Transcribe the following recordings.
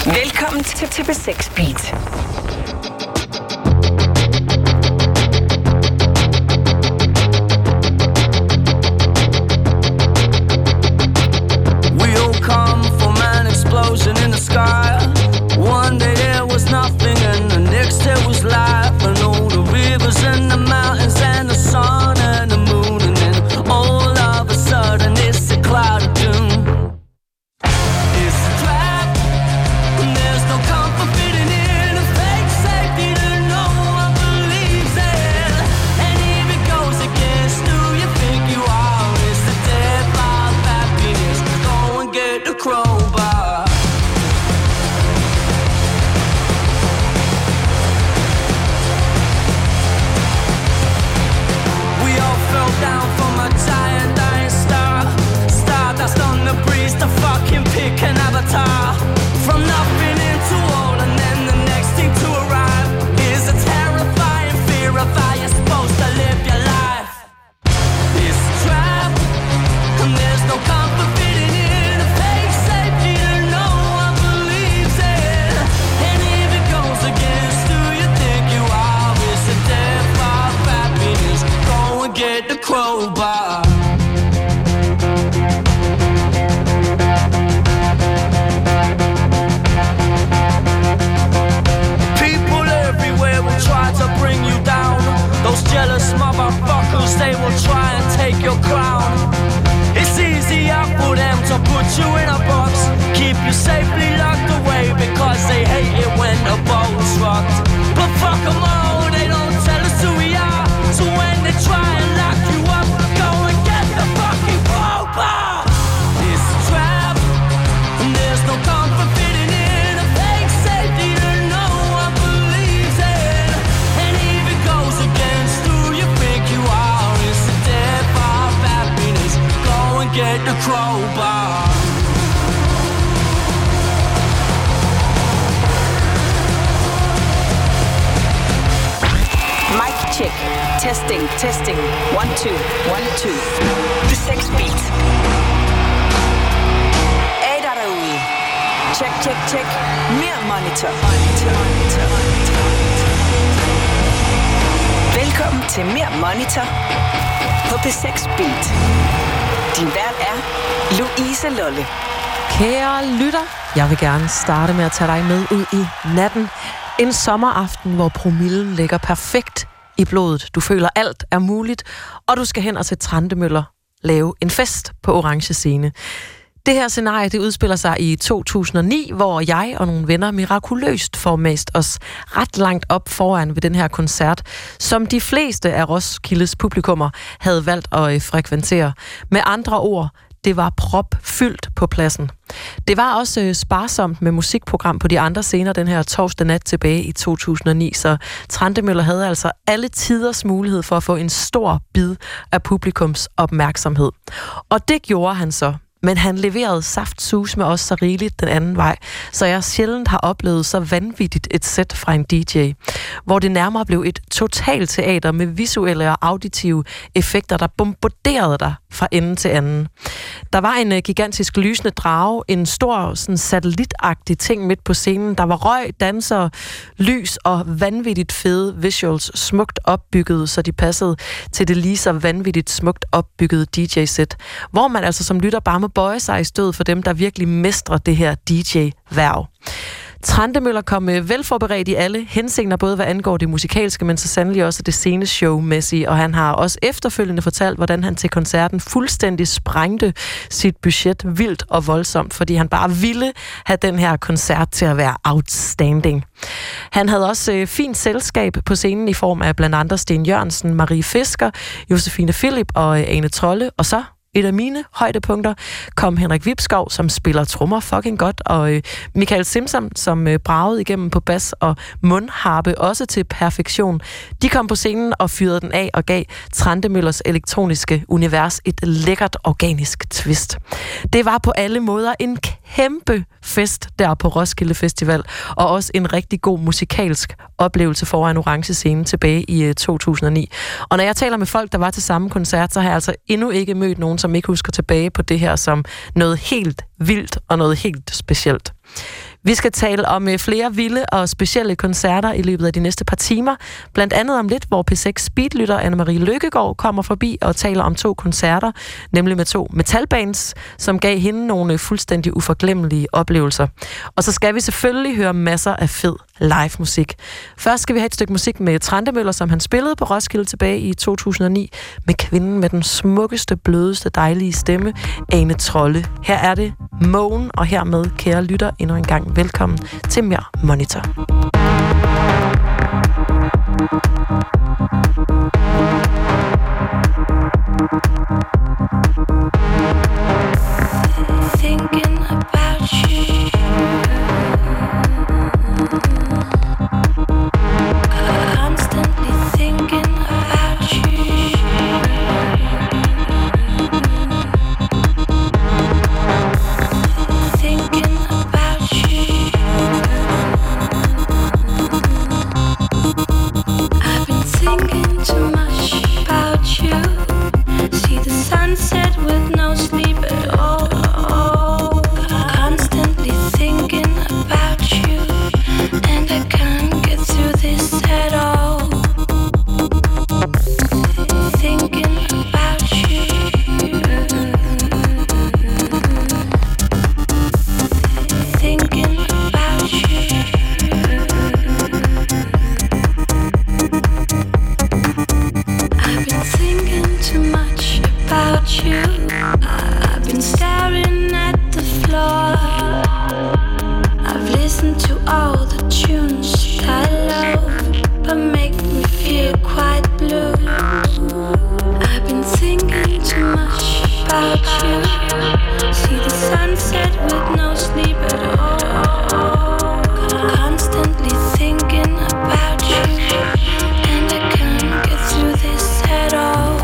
Velkommen til TP6 Beat. Explosion in the sky. One day there was nothing and the next there was life. And all the rivers and the mountains and the sun and the moon. And then all of a sudden it's a cloud of doom. It's a trap and there's no comfort fitting in a fake safety that no one believes in. And if it goes against who you think you are, it's the death of happiness. Go and get the crowbar. Down from a giant dying star. Stardust on the breeze to fucking pick an avatar. From nothing into all and then the next thing to arrive is a terrifying fear of how you're supposed to live your life. It's a trap and there's no comfort fitting in a fake safety that no one believes in. And if it goes against who you think you are, it's the death of happiness. Go and get the crowbar. People everywhere will try to bring you down. Those jealous motherfuckers, they will try and take your crown. It's easier for them to put you in a box, keep you safely locked away because they hate it when the boat's rocked. But fuck them all, they don't tell us who we are. So when they try and lock you up, go and get the fucking crowbar. It's a trap and there's no comfort fitting in a fake safety that no one believes in. And if it goes against who you think you are, it's the death of happiness. Go and get the crowbar. Mic check. Testing, testing. 1, 2, 1, 2. TP6 Beat. Er der derude? Check, check, check. Mere monitor. Velkommen til Mere Monitor på P6 Beat. Din vært er Louise Lolle. Kære lytter, jeg vil gerne starte med at tage dig med ud i natten. En sommeraften, hvor promillen ligger perfekt i blodet. Du føler, alt er muligt, og du skal hen og se Trantemøller lave en fest på Orange Scene. Det her scenarie, det udspiller sig i 2009, hvor jeg og nogle venner mirakuløst får mast os ret langt op foran ved den her koncert, som de fleste af Roskildes publikummer havde valgt at frekventere. Med andre ord, det var propfyldt på pladsen. Det var også sparsomt med musikprogram på de andre scener den her torsdag nat tilbage i 2009, så Trantemøller havde altså alle tiders mulighed for at få en stor bid af publikums opmærksomhed. Og det gjorde han så. Men han leverede saftsus med os så rigeligt den anden vej, så jeg sjældent har oplevet så vanvittigt et sæt fra en DJ, hvor det nærmere blev et totalt teater med visuelle og auditive effekter, der bombarderede dig fra ende til anden. Der var en gigantisk lysende drage, en stor sådan satellitagtig ting midt på scenen. Der var røg, danser, lys og vanvittigt fede visuals, smukt opbygget, så de passede til det lige så vanvittigt smukt opbyggede DJ-sæt, hvor man altså som lytter bare må bøje sig i stødet for dem, der virkelig mestrer det her DJ-værv. Trantemøller kom velforberedt i alle hensigter, både hvad angår det musikalske, men så sandelig også det sceneshowmæssige, og han har også efterfølgende fortalt, hvordan han til koncerten fuldstændig sprængte sit budget vildt og voldsomt, fordi han bare ville have den her koncert til at være outstanding. Han havde også fint selskab på scenen i form af blandt andre Sten Jørgensen, Marie Fisker, Josefine Philip og Ane Trolle, og så et af mine højdepunkter kom Henrik Vibskov, som spiller trommer fucking godt, og Michael Simpson, som bragede igennem på bas og mundharpe også til perfektion. De kom på scenen og fyrede den af og gav Trantemøllers elektroniske univers et lækkert organisk twist. Det var på alle måder en kæmpe fest der på Roskilde Festival, og også en rigtig god musikalsk oplevelse foran Orange Scene tilbage i 2009. Og når jeg taler med folk, der var til samme koncert, så har jeg altså endnu ikke mødt nogen, som ikke husker tilbage på det her som noget helt vildt og noget helt specielt. Vi skal tale om flere vilde og specielle koncerter i løbet af de næste par timer. Blandt andet om lidt, hvor P6 Speedlytter Anne-Marie Løkkegaard kommer forbi og taler om 2 koncerter, nemlig med 2 metalbands, som gav hende nogle fuldstændig uforglemmelige oplevelser. Og så skal vi selvfølgelig høre masser af fed live musik. Først skal vi have et stykke musik med Trantemøller, som han spillede på Roskilde tilbage i 2009, med kvinden med den smukkeste, blødeste, dejlige stemme, Ane Trolle. Her er det Moan, og hermed, kære lytter, endnu en gang velkommen til Mere Monitor. Thinking about you, constantly thinking about you. Thinking about you. I've been thinking too much about you. See the sunset with no sleep at all. Constantly thinking about you, and I can't get through this at all. Thinking about you. Thinking about you. I've been thinking too much about you. I've been staring at the floor. I've listened to all the tunes I love, but make me feel quite blue. I've been thinking too much about you. See the sunset with no sleep at all. Constantly thinking about you, and I can't get through this at all.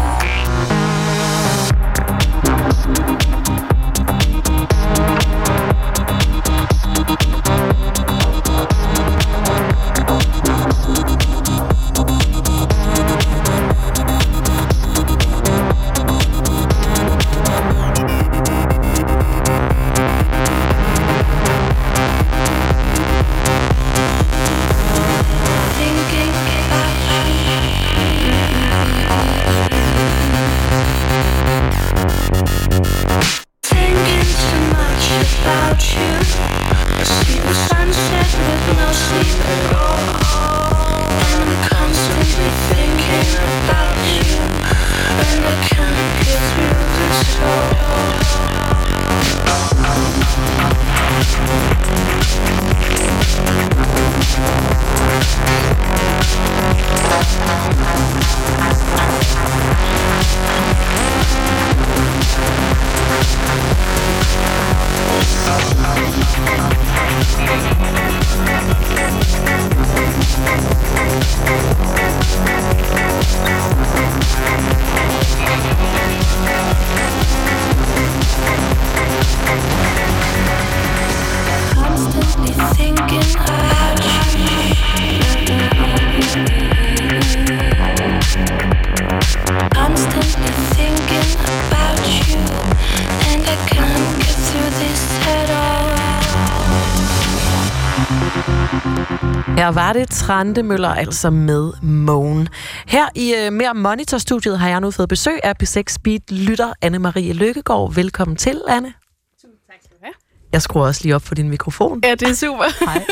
Her var det Trantemøller, altså med Moan. Her i Mere Monitor-studiet har jeg nu fået besøg af P6 Speedlytter Anne-Marie Løkkegaard. Velkommen til, Anne. Tak skal du have. Jeg skruer også lige op for din mikrofon. Ja, det er super. Hej.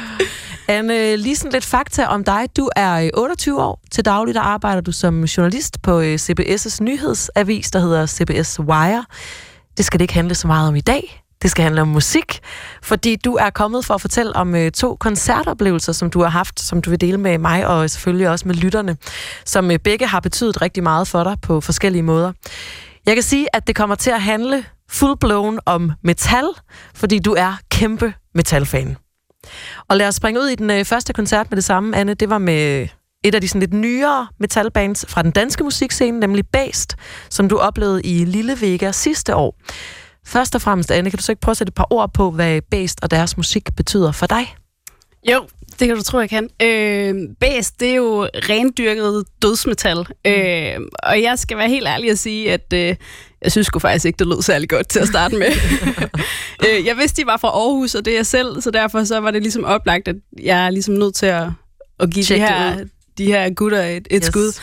Anne, lige sådan lidt fakta om dig. Du er 28 år. Til daglig der arbejder du som journalist på CBS' nyhedsavis, der hedder CBS Wire. Det skal det ikke handle så meget om i dag. Det skal handle om musik, fordi du er kommet for at fortælle om 2 koncertoplevelser, som du har haft, som du vil dele med mig, og selvfølgelig også med lytterne, som begge har betydet rigtig meget for dig på forskellige måder. Jeg kan sige, at det kommer til at handle full-blown om metal, fordi du er kæmpe metalfan. Og lad os springe ud i den første koncert med det samme, Anne. Det var med et af de sådan lidt nyere metalbands fra den danske musikscene, nemlig Bæst, som du oplevede i Lille Vega sidste år. Først og fremmest, Anne, kan du så ikke prøve at sætte et par ord på, hvad Bæst og deres musik betyder for dig? Jo, det kan du tro, jeg kan. Bæst, det er jo rendyrket dødsmetal. Og jeg skal være helt ærlig at sige, at Jeg synes sgu faktisk ikke, det lød særlig godt til at starte med. Jeg vidste, de var fra Aarhus, og det er jeg selv, så derfor så var det ligesom oplagt, at jeg er ligesom nødt til at give de her gutter et skud.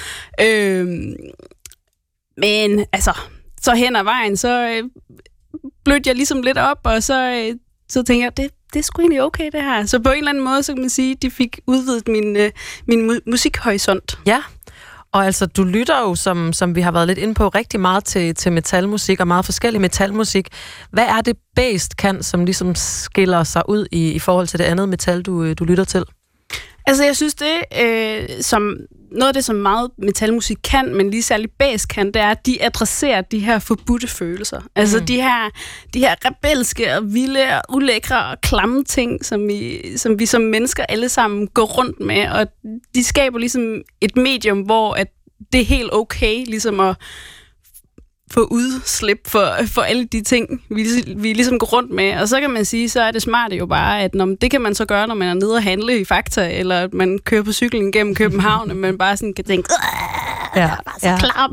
Men altså, så hen ad vejen, så blødte jeg ligesom lidt op, og så tænkte jeg, det er sgu egentlig okay, det her. Så på en eller anden måde, så kan man sige, de fik udvidet min musikhorisont. Ja, og altså, du lytter jo, som vi har været lidt inde på, rigtig meget til metalmusik, og meget forskellig metalmusik. Hvad er det Bæst kan, som ligesom skiller sig ud i forhold til det andet metal, du lytter til? Altså, jeg synes, noget af det, som meget metalmusik kan, men lige særligt Bæst kan, det er, at de adresserer de her forbudte følelser. Altså, de her rebelske og vilde og ulækre og klamme ting, som vi som mennesker alle sammen går rundt med, og de skaber ligesom et medium, hvor at det er helt okay ligesom at få udslip for alle de ting, vi ligesom går rundt med. Og så kan man sige, så er det smarte jo bare, at det kan man så gøre, når man er nede og handle i Fakta, eller man kører på cyklen gennem København, og man bare sådan kan tænke, bare så klam.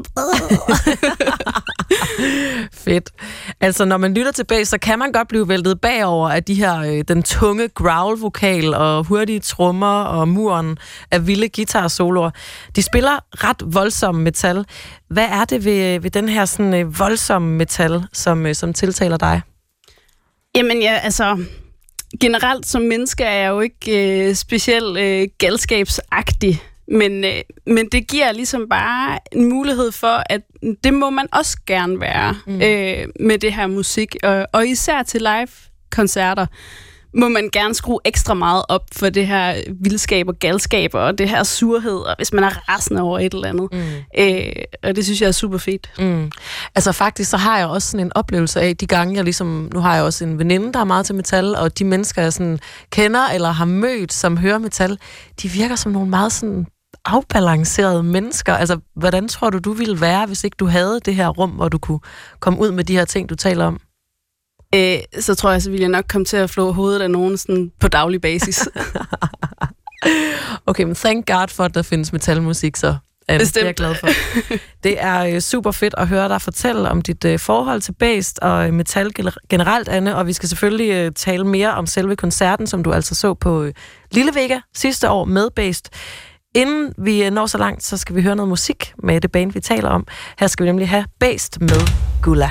Fedt. Altså, når man lytter til Bæst, så kan man godt blive væltet bagover af de her, den tunge growl-vokal og hurtige trommer og muren af vilde guitar-soloer. De spiller ret voldsom metal. Hvad er det ved den her sådan voldsomme metal, som tiltaler dig? Jamen ja, altså generelt som menneske er jeg jo ikke specielt galskabsagtig, men det giver ligesom bare en mulighed for, at det må man også gerne være med det her musik, og især til live-koncerter må man gerne skrue ekstra meget op for det her vildskab og galskab og det her surhed, og hvis man er rasende over et eller andet. Og det synes jeg er super fedt. Altså faktisk, så har jeg også sådan en oplevelse af, de gange jeg ligesom, nu har jeg også en veninde, der er meget til metal, og de mennesker, jeg sådan kender eller har mødt, som hører metal, de virker som nogle meget sådan afbalancerede mennesker. Altså, hvordan tror du ville være, hvis ikke du havde det her rum, hvor du kunne komme ud med de her ting, du taler om? Så tror jeg, så ville jeg nok komme til at flå hovedet af nogen sådan på daglig basis. Okay, men thank God for, at der findes metalmusik, så det er jeg glad for. Det er super fedt at høre dig fortælle om dit forhold til Bæst og metal generelt, Anne, og vi skal selvfølgelig tale mere om selve koncerten, som du altså så på Lille Vega sidste år med Bæst. Inden vi når så langt, så skal vi høre noget musik med det band, vi taler om. Her skal vi nemlig have Bæst med Gula.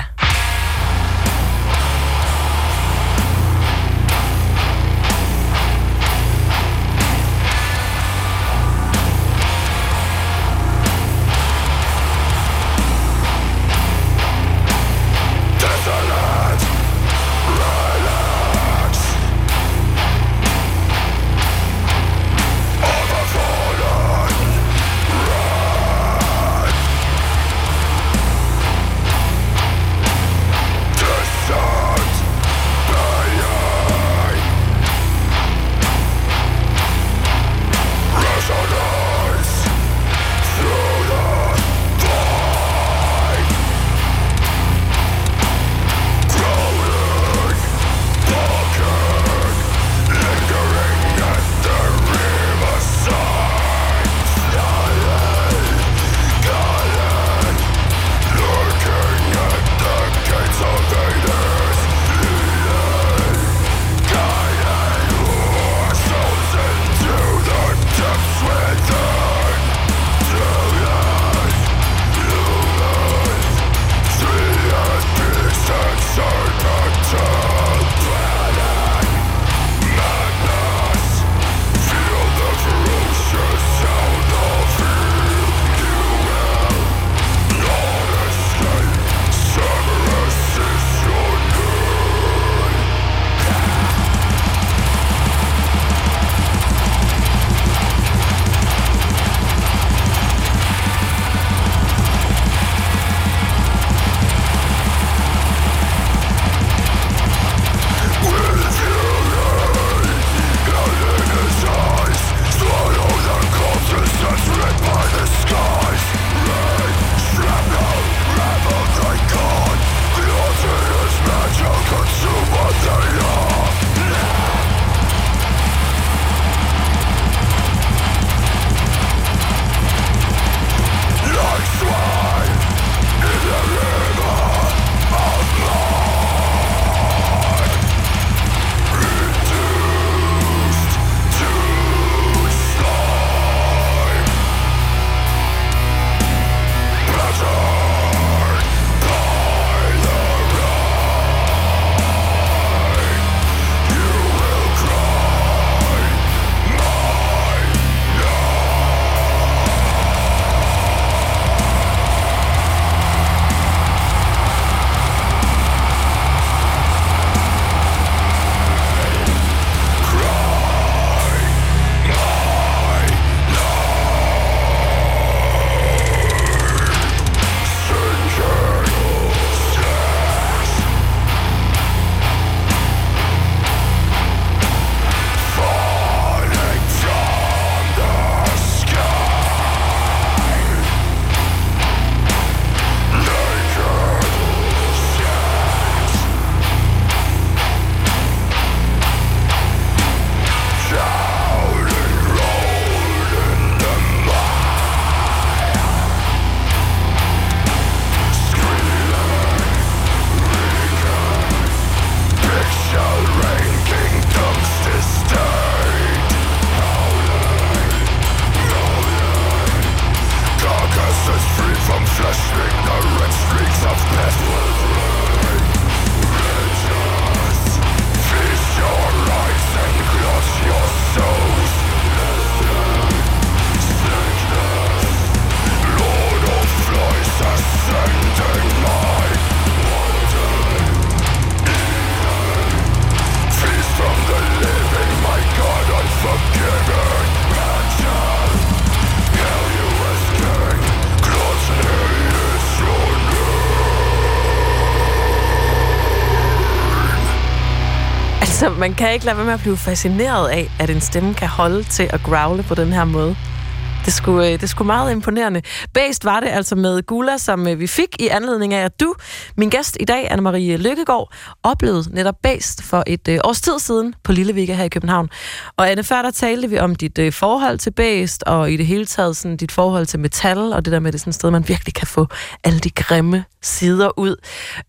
Altså, man kan ikke lade være med at blive fascineret af, at en stemme kan holde til at growle på den her måde. Det skulle meget imponerende. Bæst var det altså med Gula, som vi fik i anledning af, at du, min gæst i dag, Anne-Marie Lykkegaard, oplevede netop Bæst for et års tid siden på Lille Vega her i København. Og Anne, før der talte vi om dit forhold til Bæst, og i det hele taget sådan, dit forhold til metal, og det der med det sådan et sted, man virkelig kan få alle de grimme sider ud.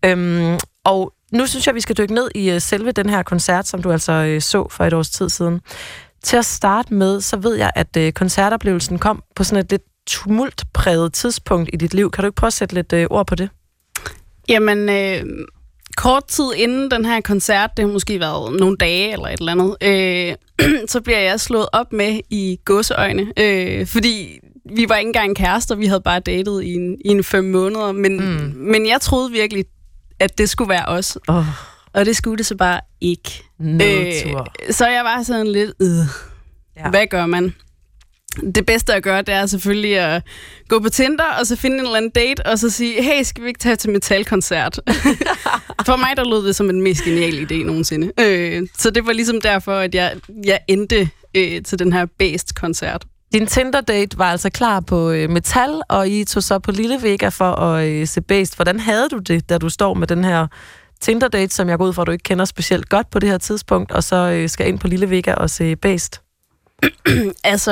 Og nu synes jeg, vi skal dykke ned i selve den her koncert, som du altså så for et års tid siden. Til at starte med, så ved jeg, at koncertoplevelsen kom på sådan et lidt tumultpræget tidspunkt i dit liv. Kan du ikke prøve at sætte lidt ord på det? Jamen, kort tid inden den her koncert, det har måske været nogle dage eller et eller andet, så bliver jeg slået op med i gåseøjne, fordi vi var ikke engang kærester, vi havde bare datet i en 5 måneder, men jeg troede virkelig, at det skulle være os. Og det skulle det så bare ikke. Så jeg var sådan lidt, hvad gør man? Det bedste at gøre, det er selvfølgelig at gå på Tinder, og så finde en eller anden date, og så sige, hey, skal vi ikke tage til metalkoncert? For mig, der lød det som en mest genial idé nogensinde. Så det var ligesom derfor, at jeg endte til den her Bæst-koncert. Din Tinder-date var altså klar på metal, og I tog så på Lille Vega for at se Bæst. Hvordan havde du det, da du står med den her Tinder-date, som jeg går ud fra, at du ikke kender specielt godt på det her tidspunkt, og så skal ind på Lille Vega og se Bæst? Altså,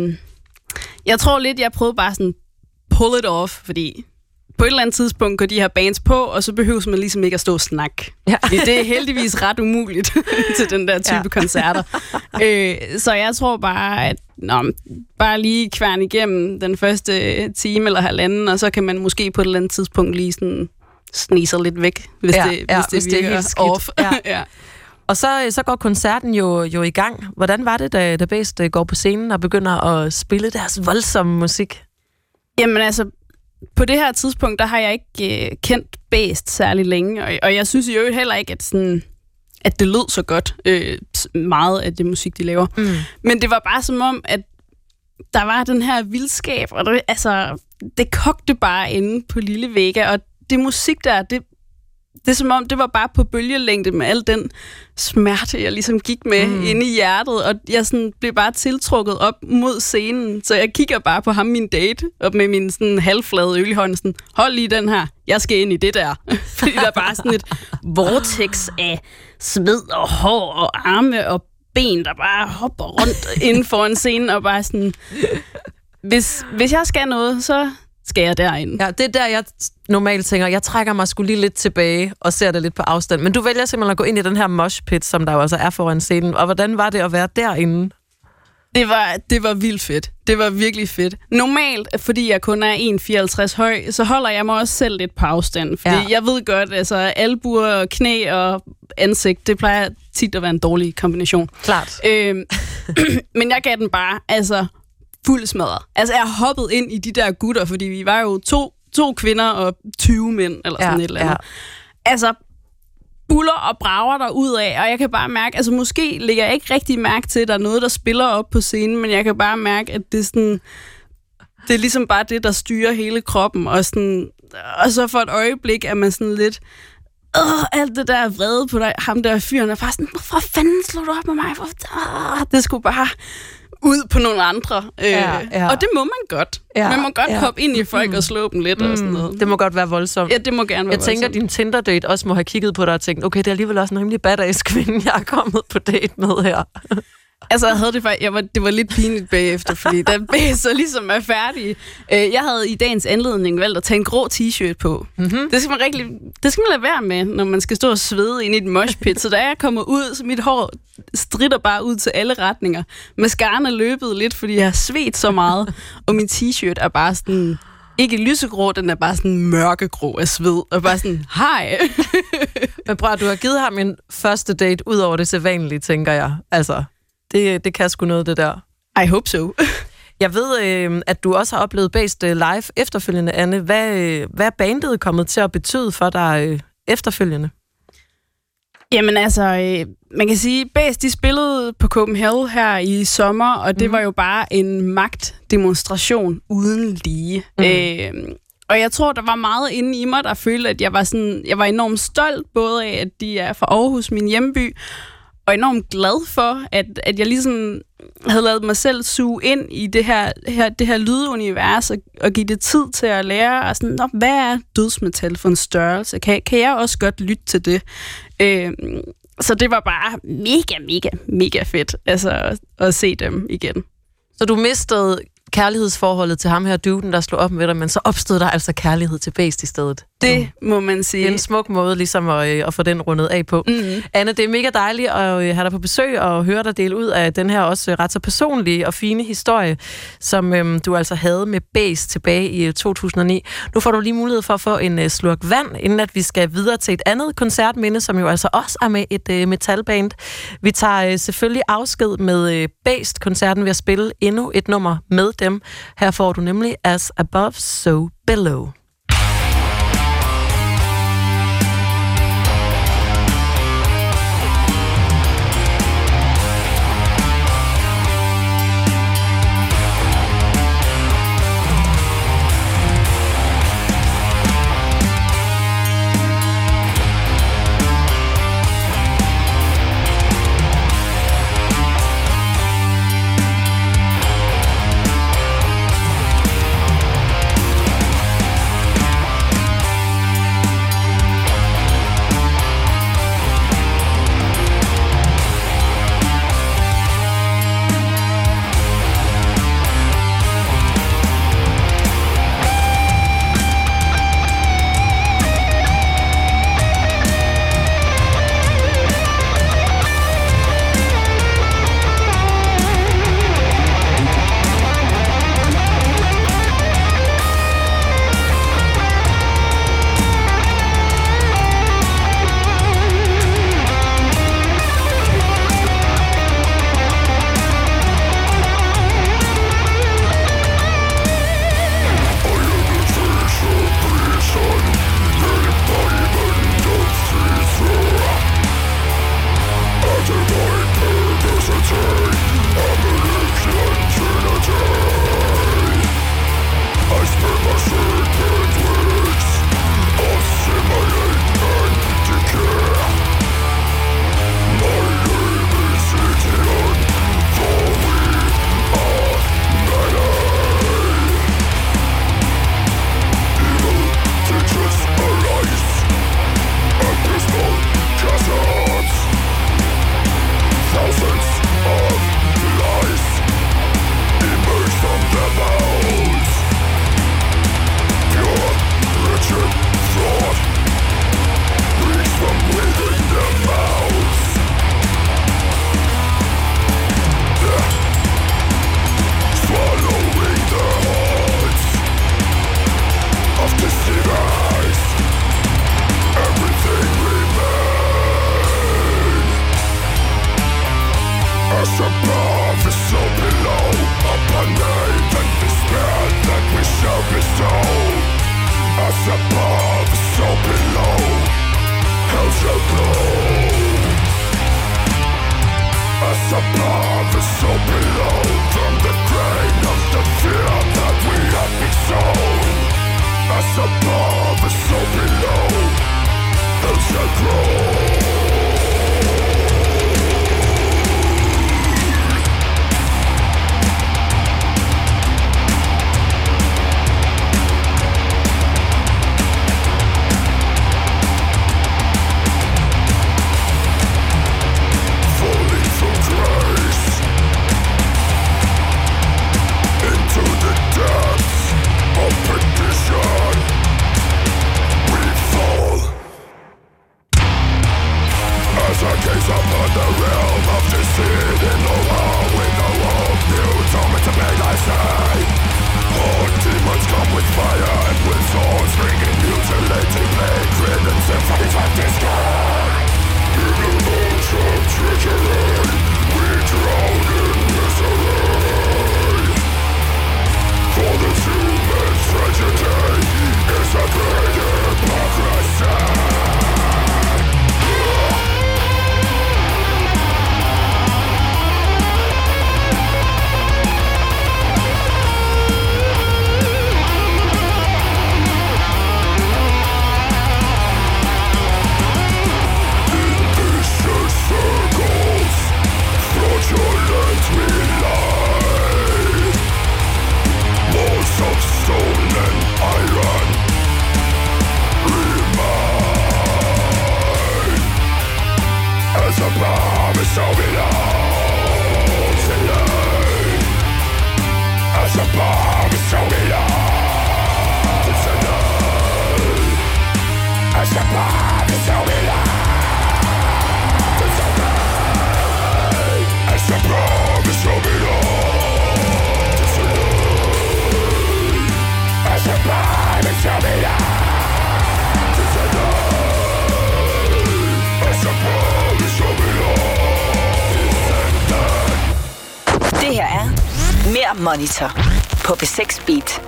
jeg tror lidt, jeg prøvede bare sådan pull it off, fordi på et eller andet tidspunkt går de her bands på, og så behøver man ligesom ikke at stå og snakke. Ja. Det er heldigvis ret umuligt til den der type koncerter. Så jeg tror bare, at bare lige kværne igennem den første time eller halvanden, og så kan man måske på et eller andet tidspunkt lige sådan snige sig lidt væk, hvis det virker helt off. Ja. Og så går koncerten jo i gang. Hvordan var det, da Bæst går på scenen og begynder at spille deres voldsomme musik? Jamen altså, på det her tidspunkt, der har jeg ikke kendt Bæst særlig længe, og jeg synes jo heller ikke, at det lød så godt, meget af det musik, de laver. Men det var bare som om, at der var den her vildskab, og det kogte bare inde på Lille Vega, og det musik der, det er som om, det var bare på bølgelængde med al den smerte, jeg ligesom gik med inde i hjertet, og jeg sådan blev bare tiltrukket op mod scenen, så jeg kigger bare på ham, min date, og med min sådan halvflade øl i hånden, sådan, hold lige den her, jeg skal ind i det der. Fordi der er bare sådan et vortex af sved og hår og arme og ben, der bare hopper rundt inden for en scene, og bare sådan, hvis jeg skal noget, så skal jeg derinde. Ja, det er der, jeg normalt tænker, jeg trækker mig sgu lige lidt tilbage og ser det lidt på afstand. Men du vælger simpelthen at gå ind i den her mosh pit, som der jo altså er foran scenen. Og hvordan var det at være derinde? Det var vildt fedt. Det var virkelig fedt. Normalt, fordi jeg kun er 1,54 høj, så holder jeg mig også selv lidt på afstand. Fordi jeg ved godt, altså albuer, knæ og ansigt, det plejer tit at være en dårlig kombination. Klart. Men jeg gav den bare, fuld smadret. Altså, jeg hoppede ind i de der gutter, fordi vi var jo to kvinder og 20 mænd, eller sådan et eller andet. Altså, buller og brager der ud af, og jeg kan bare mærke, altså måske lægger jeg ikke rigtig mærke til, at der er noget, der spiller op på scenen, men jeg kan bare mærke, at det er sådan, det er ligesom bare det, der styrer hele kroppen, og så for et øjeblik er man sådan lidt, alt det der vrede på dig, ham der fyren, er bare sådan, hvorfor fanden slår du op med mig? Det skulle bare ud på nogle andre. Og det må man godt. Man må godt hoppe ind i folk og slå dem lidt og sådan noget. Det må godt være voldsomt. Ja, det må gerne være voldsomt. Jeg tænker, at din Tinder-date også må have kigget på dig og tænkt, okay, det er alligevel også en rimelig badass kvinde, jeg er kommet på date med her. Altså, jeg havde det var lidt pinligt bagefter, fordi da Bæst så ligesom er færdig. Jeg havde i dagens anledning valgt at tage en grå t-shirt på. Det skal man lade være med, når man skal stå og svede ind i et moshpit. Så da jeg kommer ud, så mit hår stritter bare ud til alle retninger. Mascaraen er løbet lidt, fordi jeg har svedt så meget, og min t-shirt er bare sådan, ikke lysegrå, den er bare sådan mørkegrå af sved, og bare sådan, hej. Men bror, du har givet ham en første date ud over det sædvanlige, tænker jeg. Altså, det kan sgu noget, det der. I hope so. Jeg ved, at du også har oplevet Bæst live efterfølgende, Anne. Hvad er bandet kommet til at betyde for dig efterfølgende? Jamen altså, man kan sige, Bæst, de spillede på Copenhagen her i sommer, og det var jo bare en magtdemonstration uden lige. Og jeg tror, der var meget inde i mig, der følte, at jeg var enormt stolt, både af, at de er fra Aarhus, min hjemby, og enormt glad for, at jeg ligesom havde lavet mig selv suge ind i det her lydunivers, og give det tid til at lære, og sådan, hvad er dødsmetal for en størrelse? Kan jeg også godt lytte til det? Så det var bare mega fedt, altså at se dem igen. Så du mistede kærlighedsforholdet til ham her duden, der slog op med dig, men så opstod der altså kærlighed til Bæst i stedet. Det må man sige. Det er en smuk måde ligesom at få den rundet af på. Mm-hmm. Anne, det er mega dejligt at have dig på besøg og høre dig dele ud af den her også ret så personlige og fine historie, som du altså havde med Bæst tilbage i 2009. Nu får du lige mulighed for at få en slurk vand, inden at vi skal videre til et andet koncertminde, som jo altså også er med et metalband. Vi tager selvfølgelig afsked med Bæst-koncerten ved at spille endnu et nummer med dem. Her får du nemlig As Above, So Below. Det her er Mere Monitor på P6 Beat.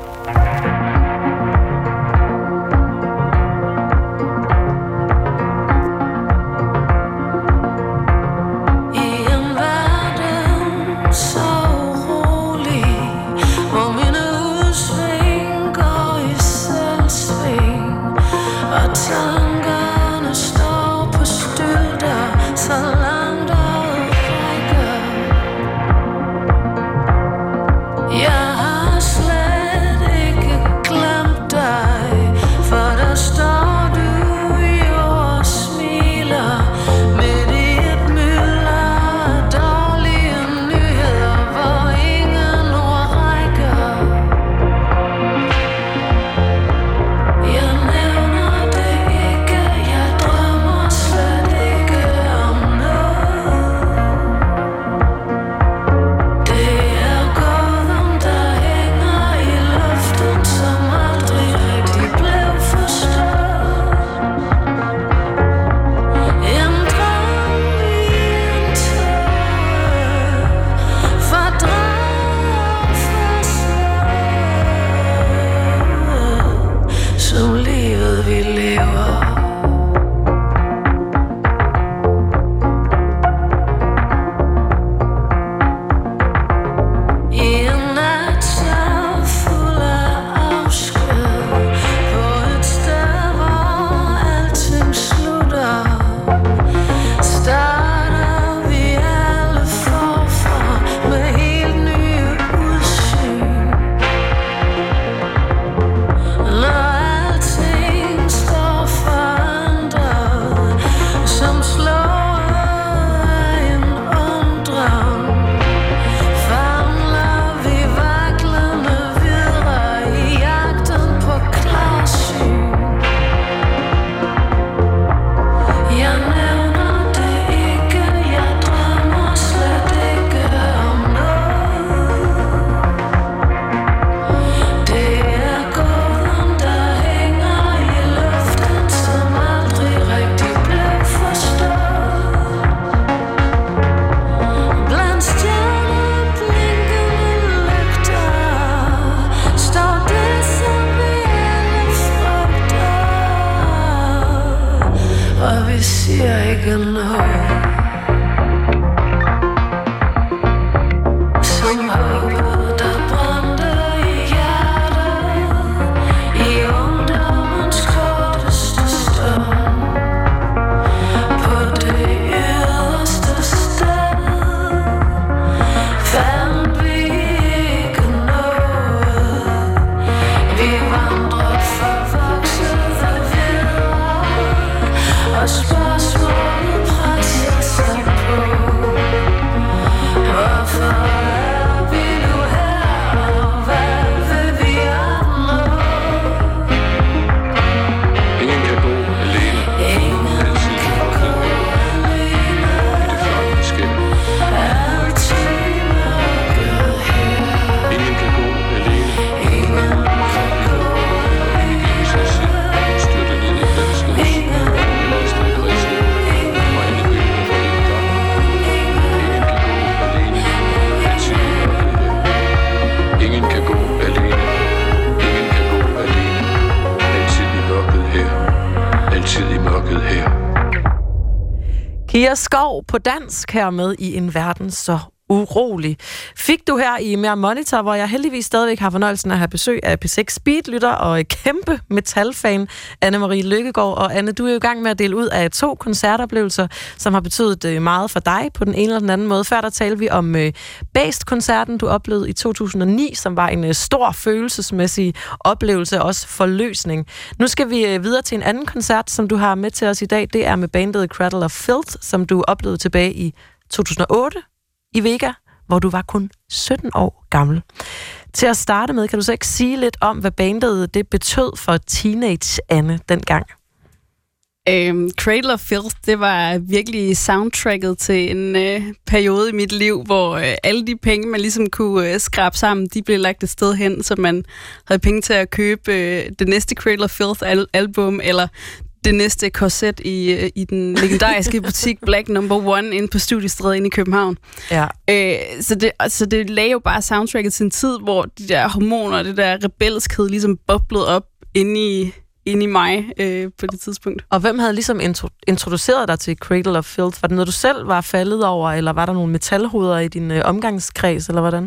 Pia Skov på dansk her med i En Verden så urolig. Fik du her i Mere Monitor, hvor jeg heldigvis stadigvæk har fornøjelsen af at have besøg af P6 Speed-lytter og kæmpe metalfan Anne-Marie Lykkegaard. Og Anne, du er jo i gang med at dele ud af 2 koncertoplevelser, som har betydet meget for dig på den ene eller den anden måde. Før der talte vi om Bæst-koncerten, du oplevede i 2009, som var en stor følelsesmæssig oplevelse, også forløsning. Nu skal vi videre til en anden koncert, som du har med til os i dag. Det er med bandet Cradle of Filth, som du oplevede tilbage i 2008 i Vega, hvor du var kun 17 år gammel. Til at starte med, kan du så ikke sige lidt om, hvad bandet det betød for teenage Anne dengang? Cradle of Filth, det var virkelig soundtracket til en periode i mit liv, hvor alle de penge, man ligesom kunne skrabe sammen, de blev lagt et sted hen, så man havde penge til at købe det næste Cradle of Filth album, eller det næste korset i den legendariske butik Black No. 1 inde på Studiestræde inde i København. Ja. Så det lagde jo bare soundtracket til en tid, hvor de der hormoner, det der rebelskhed ligesom boblede op inde i mig på det tidspunkt. Og hvem havde ligesom introduceret dig til Cradle of Filth? Var det noget, du selv var faldet over, eller var der nogle metalhoveder i din omgangskreds, eller hvordan?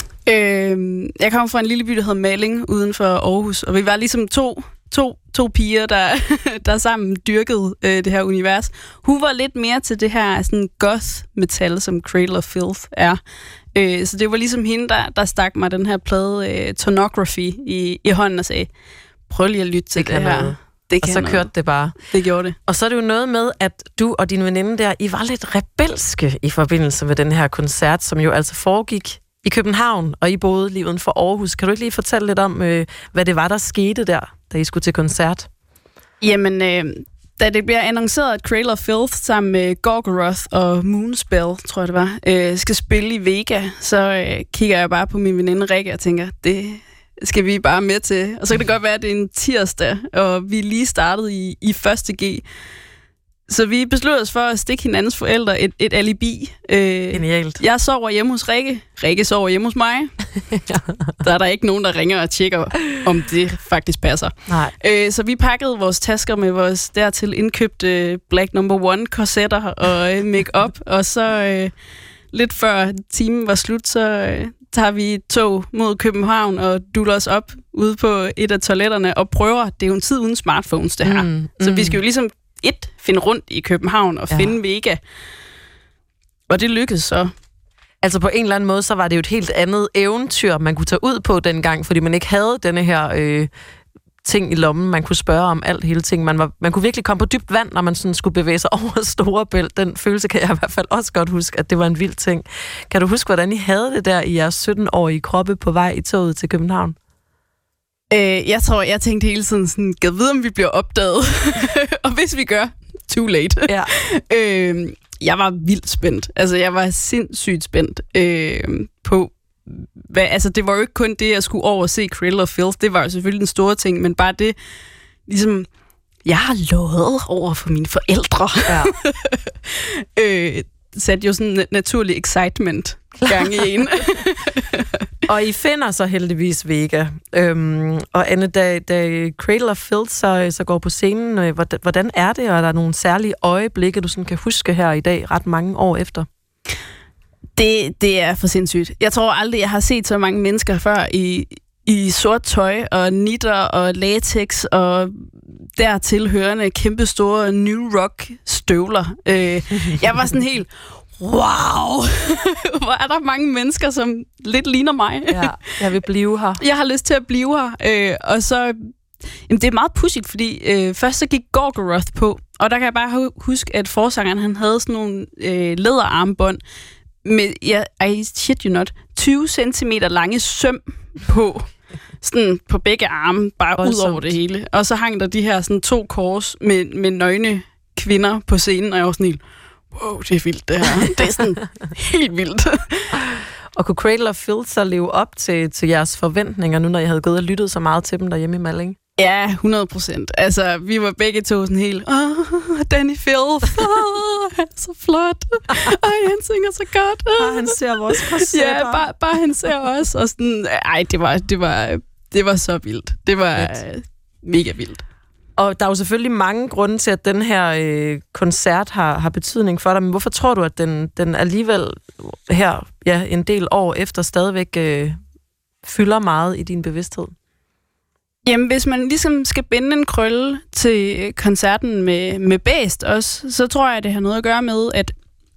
Jeg kommer fra en lille by, der hedder Malling, uden for Aarhus, og vi var ligesom to piger, der sammen dyrkede det her univers. Hun var lidt mere til det her sådan goth-metal, som Cradle of Filth er. Så det var ligesom hende, der stak mig den her plade Tonography i hånden og sagde, prøv lige at lytte til det her. Og så kørte det bare. Det gjorde det. Og så er det jo noget med, at du og din veninde der, I var lidt rebelske i forbindelse med den her koncert, som jo altså foregik i København, og I boede lige uden for Aarhus. Kan du ikke lige fortælle lidt om, hvad det var, der skete der, da I skulle til koncert? Jamen, da det bliver annonceret, at Cradle of Filth sammen med Gorgoroth og Moonspell, tror jeg det var, skal spille i Vega, så kigger jeg bare på min veninde Rikke og tænker, det skal vi bare med til. Og så kan det godt være, at det er en tirsdag, og vi lige startede i 1. G. Så vi besluttede os for at stikke hinandens forældre et alibi. Genialt. Jeg sover hjemme hos Rikke. Rikke sover hjemme hos mig. Der er der ikke nogen, der ringer og tjekker, om det faktisk passer. Nej. Så vi pakkede vores tasker med vores dertil indkøbte Black No. 1 korsetter og make-up. Og så lidt før timen var slut, så tager vi et tog mod København og duller os op ude på et af toiletterne og prøver. Det er jo en tid uden smartphones, det her. Så vi skal jo ligesom finde rundt i København og finde Vega. Og det lykkedes så. Altså på en eller anden måde, så var det jo et helt andet eventyr, man kunne tage ud på dengang, fordi man ikke havde denne her ting i lommen. Man kunne spørge om alt hele ting. Man kunne virkelig komme på dybt vand, når man sådan skulle bevæge sig over Storebælt. Den følelse kan jeg i hvert fald også godt huske, at det var en vild ting. Kan du huske, hvordan I havde det der i jeres 17-årige kroppe på vej i toget til København? Jeg tænkte hele tiden sådan, gad vide, om vi bliver opdaget. Og hvis vi gør, too late. Ja. Jeg var vildt spændt. Altså, jeg var sindssygt spændt på... det var jo ikke kun det, jeg skulle over og se Cradle of Filth. Det var jo selvfølgelig den store ting, men bare det, ligesom... Jeg har lovet over for mine forældre. Ja. Satte jo sådan en naturlig excitement gang i en. Og I finder så heldigvis Vega. Og Anne, da Cradle of Filth så går på scenen, hvordan er det? Og er der nogle særlige øjeblikke, du sådan kan huske her i dag, ret mange år efter? Det er for sindssygt. Jeg tror aldrig, jeg har set så mange mennesker før i sort tøj og nitter og latex og dertil hørende kæmpestore New Rock støvler. Jeg var sådan helt... Wow! Hvor er der mange mennesker, som lidt ligner mig. Ja, jeg vil blive her. Jeg har lyst til at blive her. Og så... Jamen, det er meget pudsigt, fordi først så gik Gorgoroth på, og der kan jeg bare huske, at forsangeren, han havde sådan nogle læderarmbånd med, I shit you not, 20 centimeter lange søm på. Sådan på begge arme, bare ud over det hele. Og så hang der de her sådan 2 kors med nøgne kvinder på scenen, og jeg var sådan helt... Wow, det er vildt det her. Det er sådan helt vildt. Og kunne Cradle of Filth så leve op til jeres forventninger, nu når I havde gået og lyttet så meget til dem derhjemme i Malling? Ja, 100%. Altså, vi var begge to sådan helt, Danny Filth, han er så flot. Han synger så godt. Han ser vores korsetter. Ja, bare han ser os. Og sådan, det var så vildt. Det var mega vildt. Og der er jo selvfølgelig mange grunde til, at den her koncert har betydning for dig, men hvorfor tror du, at den alligevel her en del år efter stadigvæk fylder meget i din bevidsthed? Jamen, hvis man ligesom skal binde en krølle til koncerten med Bæst også, så tror jeg, det har noget at gøre med, at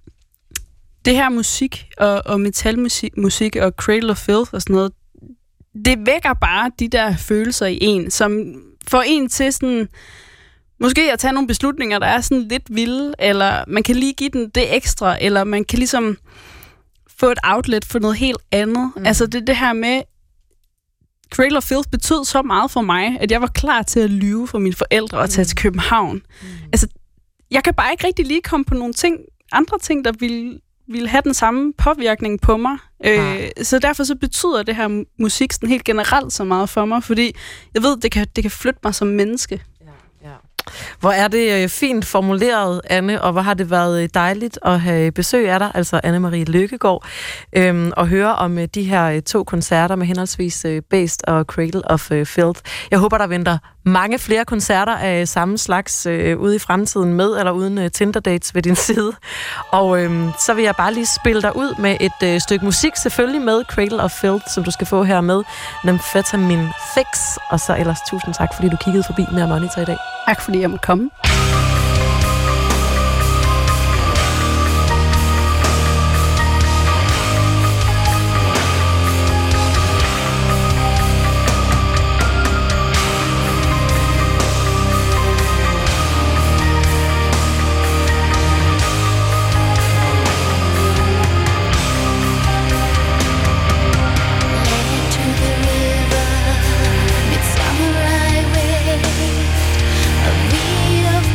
det her musik og metalmusik og Cradle of Filth og sådan noget, det vækker bare de der følelser i en, som får en til sådan, måske at tage nogle beslutninger, der er sådan lidt vilde, eller man kan lige give den det ekstra, eller man kan ligesom få et outlet for noget helt andet. Altså det her med, Cradle of Filth betød så meget for mig, at jeg var klar til at lyve for mine forældre og tage til København. Altså, jeg kan bare ikke rigtig lige komme på nogle andre ting, der ville have den samme påvirkning på mig. Så derfor så betyder det her musik sådan helt generelt så meget for mig, fordi jeg ved, det kan flytte mig som menneske. Ja. Hvor er det fint formuleret, Anne, og hvor har det været dejligt at have besøg af dig, altså Anne-Marie Løkkegaard, og høre om de her 2 koncerter med henholdsvis Based og Cradle of Filth. Jeg håber, der venter mange flere koncerter af samme slags ude i fremtiden med eller uden Tinder-dates ved din side. Og så vil jeg bare lige spille dig ud med et stykke musik, selvfølgelig med Cradle of Filth, som du skal få her med Amphetamine Fix. Og så ellers tusind tak, fordi du kiggede forbi Mere Monitor i dag. Tak fordi jeg måtte komme. Of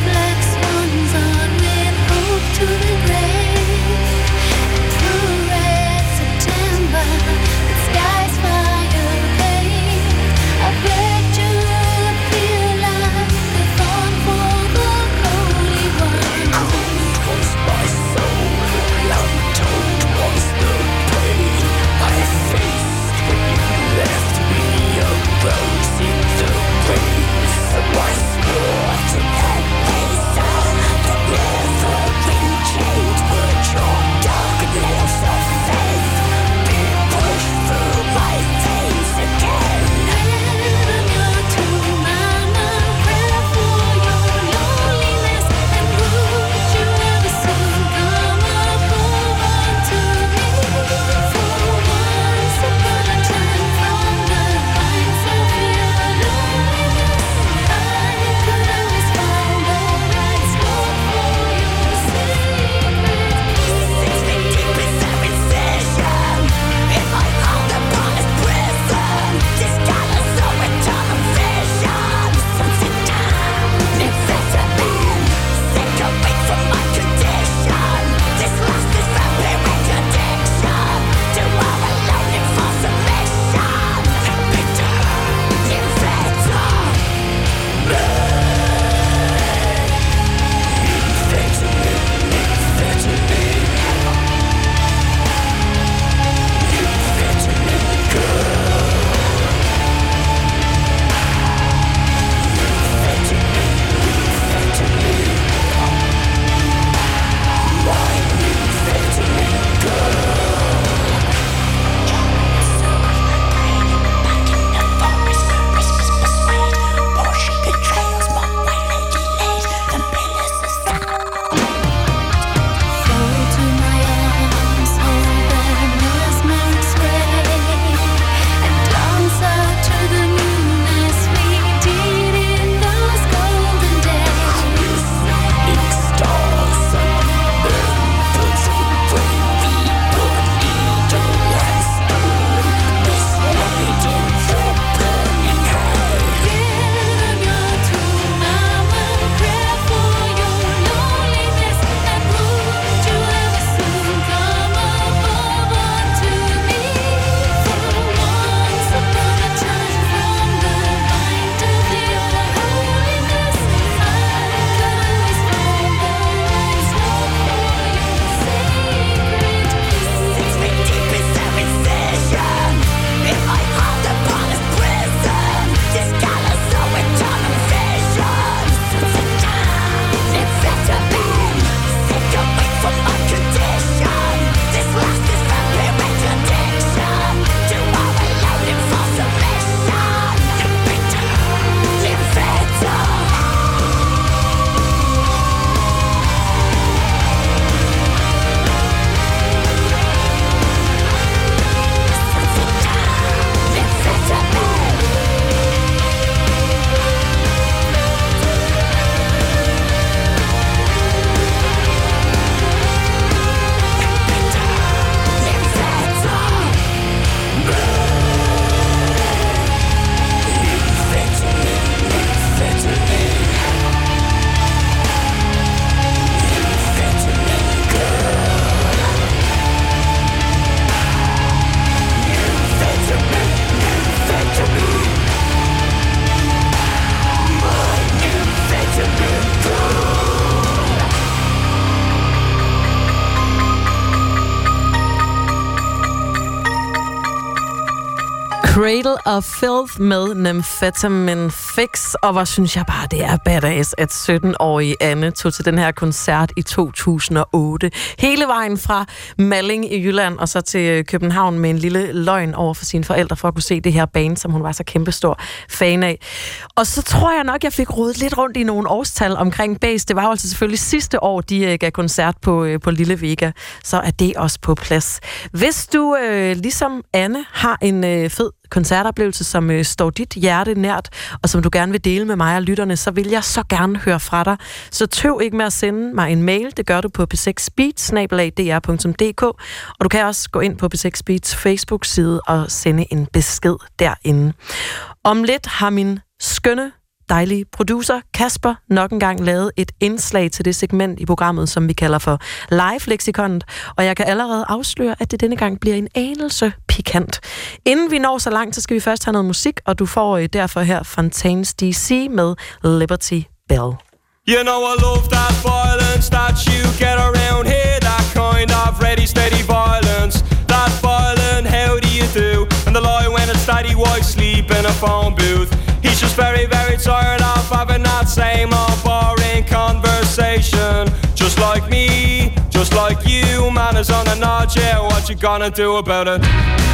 Cradle of Filth med Nymphetamine Fix, og hvor synes jeg bare, det er badass, at 17-årige Anne tog til den her koncert i 2008. Hele vejen fra Malling i Jylland og så til København med en lille løgn over for sine forældre for at kunne se det her band, som hun var så kæmpestor fan af. Og så tror jeg nok, jeg fik rodet lidt rundt i nogle årstal omkring bass. Det var jo altså selvfølgelig sidste år, de gav koncert på Lille Vega, så er det også på plads. Hvis du ligesom Anne har en fed koncertoplevelse, som står dit hjerte nært, og som du gerne vil dele med mig og lytterne, så vil jeg så gerne høre fra dig. Så tøv ikke med at sende mig en mail. Det gør du på p6beat@dr.dk, og du kan også gå ind på P6 Beats Facebook-side og sende en besked derinde. Om lidt har min skønne, dejlige producer Kasper nok engang lavet et indslag til det segment i programmet, som vi kalder for Live-leksikonet, og jeg kan allerede afsløre, at det denne gang bliver en anelse pikant. Inden vi når så langt, så skal vi først have noget musik, og du får derfor her Fontaines DC med Liberty Bell. You know I love that violence that you get around here, that kind of ready, steady violence. That violent, how do you do? And the lie when it's daddy wife sleep in a phone booth. He's just very, very tired of having that same old boring conversation. Just like me, just like you, man is on a nod, yeah, what you gonna do about it?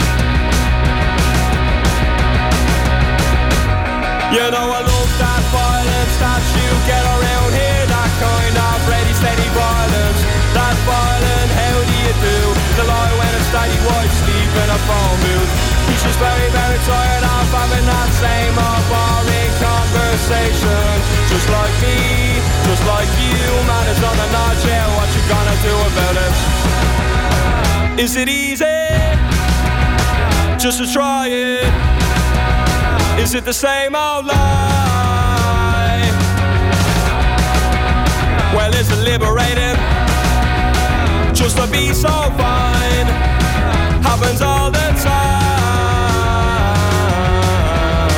You know I love that violence that you get around here, that kind of ready, steady violence. That violent, how do you do? The lie when it's daddy wife sleep in a phone booth. He's just very, very tired of having that same old boring conversation. Just like me, just like you, man is on a nod, yeah, what you gonna do about it? Is it easy? Just to try it. Is it the same old lie? Well, is it liberating? Just to be so fine happens all the time.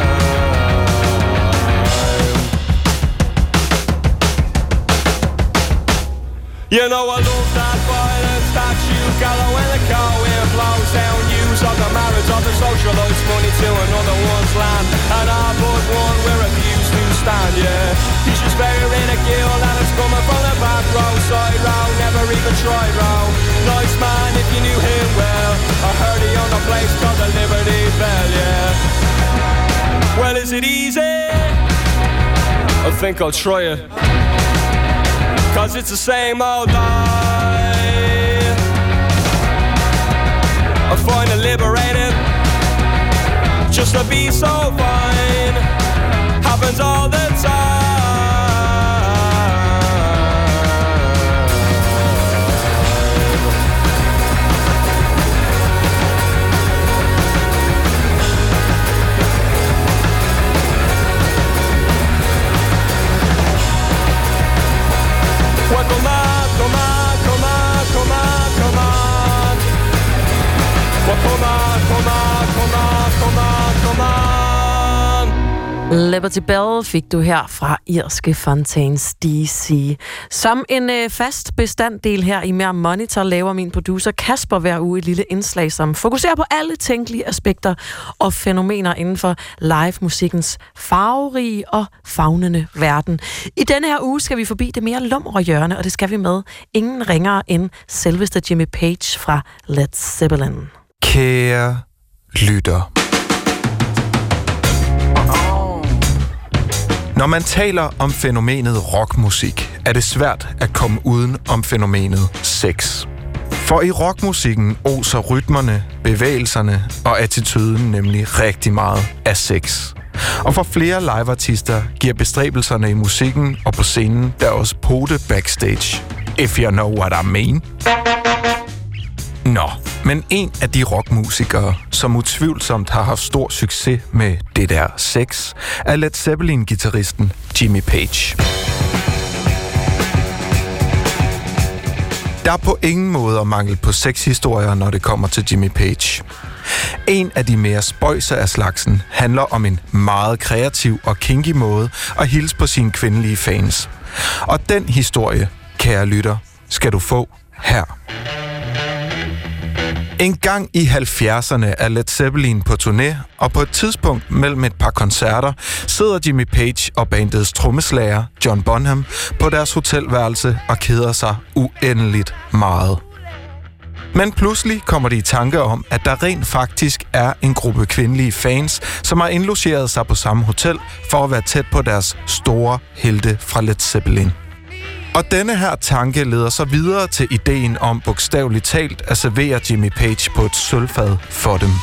You know I love that violence that you gather when the car wind blows down. Use of the marriage of the socialites, money to another one's land. And all but one we refuse to stand, yeah. He's just very ridicule and it's coming from the back row, side row, never even tried row. Nice man if you knew him well. I heard he owned a place called the Liberty Bell, yeah. Well, is it easy? I think I'll try it. Cause it's the same old lie. I find it liberating just to be so fine. Happens all the time. Well, come on, come on, come on, come on, come on. Well, come on, come on, come on, come on, come on. Liberty Bell fik du her fra irske Fontaines DC. Som en fast bestanddel her i Mere Monitor laver min producer Kasper hver uge et lille indslag, som fokuserer på alle tænkelige aspekter og fænomener inden for live-musikkens farverige og favnende verden. I denne her uge skal vi forbi det mere lumre hjørne, og det skal vi med ingen ringere end selveste Jimmy Page fra Led Zeppelin. Kære lytter. Når man taler om fænomenet rockmusik, er det svært at komme uden om fænomenet sex. For i rockmusikken oser rytmerne, bevægelserne og attituden nemlig rigtig meget af sex. Og for flere liveartister giver bestræbelserne i musikken og på scenen der også pote backstage. If you know what I mean. Nå, men en af de rockmusikere, som utvivlsomt har haft stor succes med det der sex, er Led Zeppelin-guitaristen Jimmy Page. Der er på ingen måde mangel på sexhistorier, når det kommer til Jimmy Page. En af de mere spøjse af slagsen handler om en meget kreativ og kinky måde at hilse på sine kvindelige fans. Og den historie, kære lytter, skal du få her. En gang i 70'erne er Led Zeppelin på turné, og på et tidspunkt mellem et par koncerter sidder Jimmy Page og bandets trommeslager John Bonham på deres hotelværelse og keder sig uendeligt meget. Men pludselig kommer de i tanke om, at der rent faktisk er en gruppe kvindelige fans, som har indlogeret sig på samme hotel for at være tæt på deres store helte fra Led Zeppelin. Og denne her tanke leder så videre til ideen om bogstaveligt talt at servere Jimmy Page på et sølvfad for dem.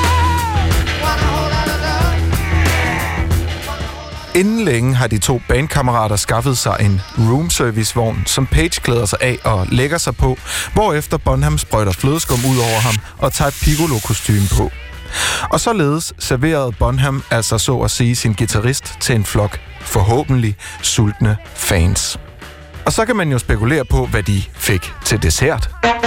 Inden længe har de to bandkammerater skaffet sig en roomservice-vogn, som Page klæder sig af og lægger sig på, hvorefter Bonham sprøjter flødeskum ud over ham og tager et piccolo-kostume på. Og således serverede Bonham altså så at sige sin guitarist til en flok forhåbentlig sultne fans. Og så kan man jo spekulere på, hvad de fik til dessert.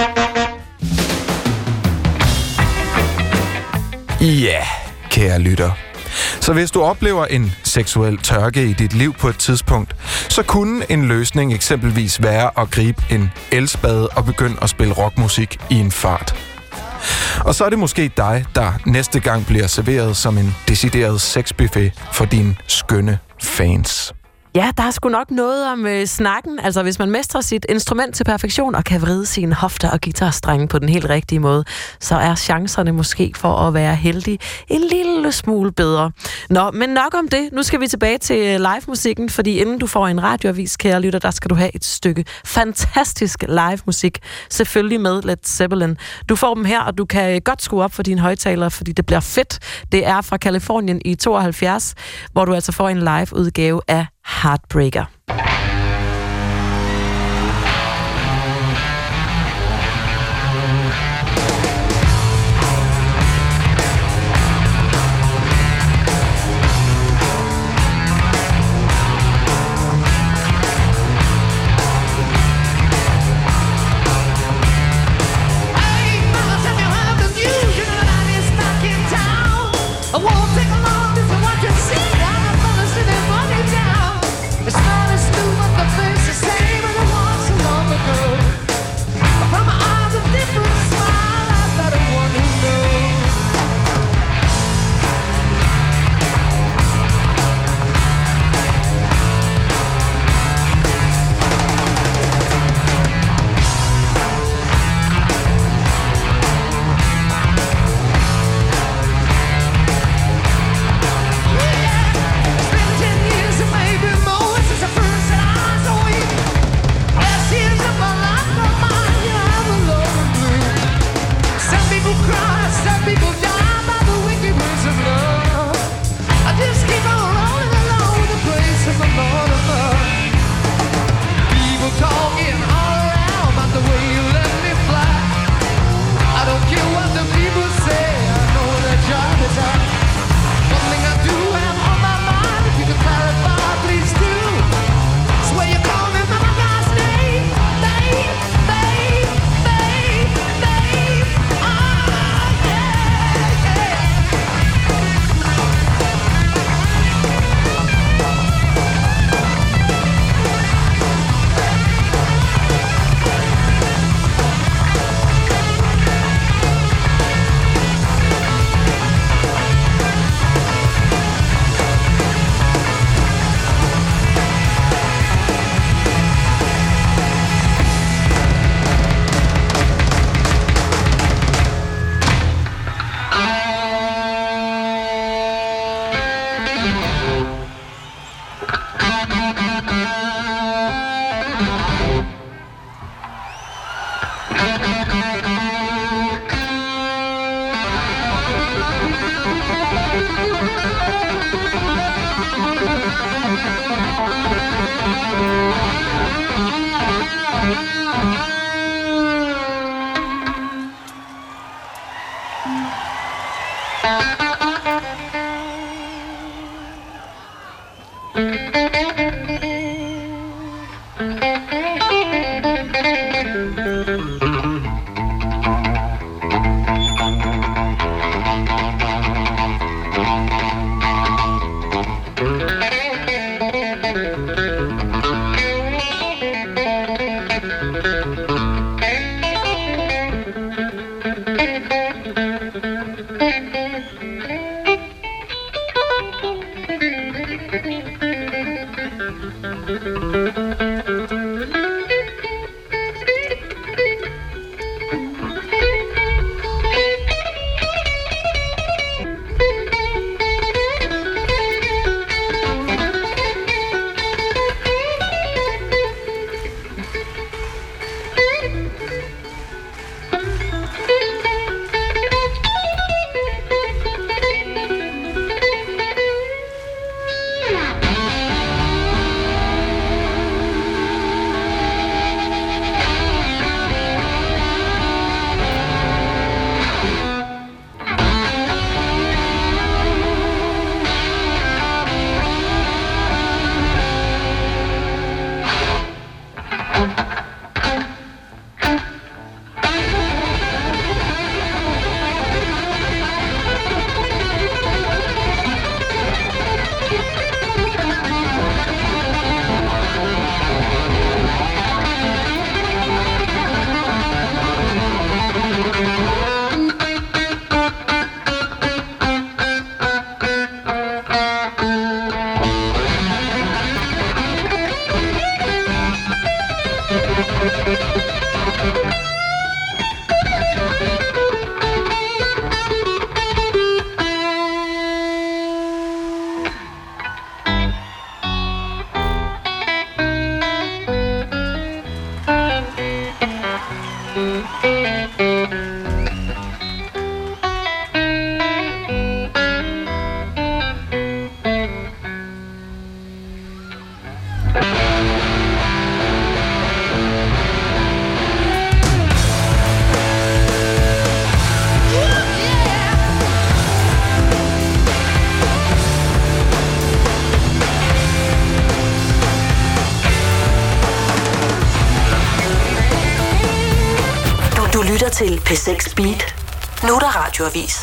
Ja, kære lytter. Så hvis du oplever en seksuel tørke i dit liv på et tidspunkt, så kunne en løsning eksempelvis være at gribe en elspade og begynde at spille rockmusik i en fart. Og så er det måske dig, der næste gang bliver serveret som en decideret sexbuffet for dine skønne fans. Ja, der er sgu nok noget om snakken. Altså, hvis man mestrer sit instrument til perfektion og kan vride sine hofter og guitarstrenge på den helt rigtige måde, så er chancerne måske for at være heldig en lille smule bedre. Nå, men nok om det. Nu skal vi tilbage til live-musikken, fordi inden du får en radioavis, kære lytter, der skal du have et stykke fantastisk live-musik. Selvfølgelig med Led Zeppelin. Du får dem her, og du kan godt skrue op for dine højtalere, fordi det bliver fedt. Det er fra Californien i 72, hvor du altså får en live-udgave af Heartbreaker. til P6 Beat. Nu er der radioavis.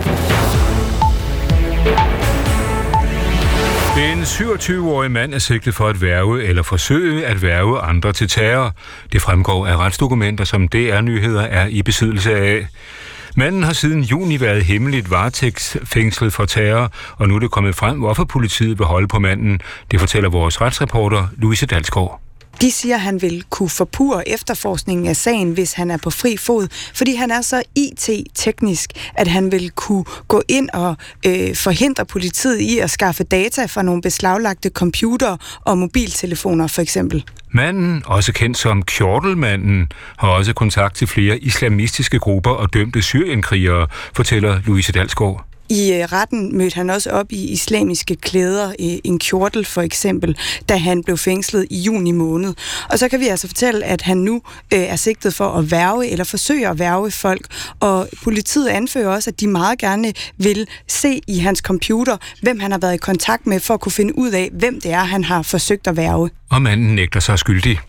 En 27-årig mand er sigtet for at hverve eller forsøge at hverve andre til terror. Det fremgår af retsdokumenter, som DR Nyheder er i besiddelse af. Manden har siden juni været hemmeligt varetægtsfængslet for terror, og nu er det kommet frem, hvorfor politiet vil holde på manden. Det fortæller vores retsreporter Louise Dalsgaard. De siger, at han vil kunne forpurre efterforskningen af sagen, hvis han er på fri fod, fordi han er så IT-teknisk, at han vil kunne gå ind og forhindre politiet i at skaffe data fra nogle beslaglagte computere og mobiltelefoner for eksempel. Manden, også kendt som Kjortelmanden, har også kontakt til flere islamistiske grupper og dømte syrienkrigere, fortæller Louise Dalsgaard. I retten mødte han også op i islamiske klæder, en kjortel for eksempel, da han blev fængslet i juni måned. Og så kan vi altså fortælle, at han nu er sigtet for at hverve eller forsøge at hverve folk. Og politiet anfører også, at de meget gerne vil se i hans computer, hvem han har været i kontakt med, for at kunne finde ud af, hvem det er, han har forsøgt at hverve. Og manden nægter sig skyldig.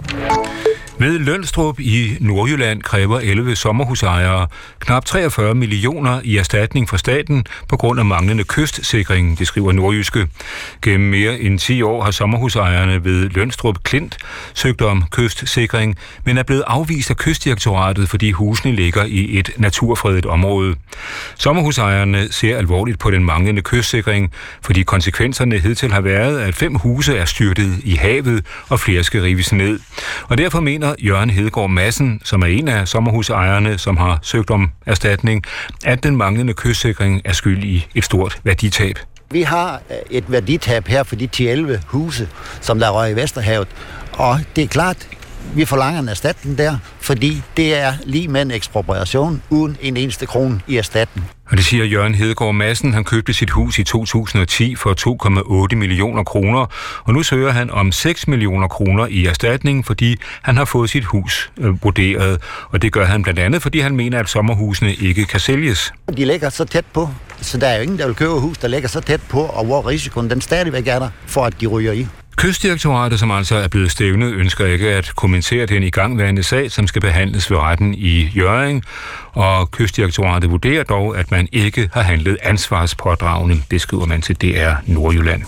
Ved Lønstrup i Nordjylland kræver 11 sommerhusejere knap 43 millioner i erstatning fra staten på grund af manglende kystsikring, det skriver Nordjyske. Gennem mere end 10 år har sommerhusejerne ved Lønstrup Klint søgt om kystsikring, men er blevet afvist af Kystdirektoratet, fordi husene ligger i et naturfredet område. Sommerhusejerne ser alvorligt på den manglende kystsikring, fordi konsekvenserne hidtil har været, at 5 huse er styrtet i havet, og flere skal rives ned. Og derfor mener Jørgen Hedegaard Madsen, som er en af sommerhusejerne, som har søgt om erstatning, at den manglende kystsikring er skyld i et stort værditab. Vi har et værditab her for de 10-11 huse, som der røg i Vesterhavet, og det er klart, vi forlanger en erstatning der, fordi det er lige med en ekspropriation uden en eneste krone i erstatning. Og det siger Jørgen Hedegaard Madsen. Han købte sit hus i 2010 for 2,8 millioner kroner, og nu søger han om 6 millioner kroner i erstatning, fordi han har fået sit hus vurderet. Og det gør han blandt andet, fordi han mener, at sommerhusene ikke kan sælges. De ligger så tæt på, så der er jo ingen, der vil købe hus, der ligger så tæt på, og hvor risikoen den stadigvæk er der, for at de ryger i. Kystdirektoratet, som altså er blevet stævnet, ønsker ikke at kommentere den igangværende sag, som skal behandles ved retten i Hjørring. Og Kystdirektoratet vurderer dog, at man ikke har handlet ansvarspådragende, det skriver man til DR Nordjylland.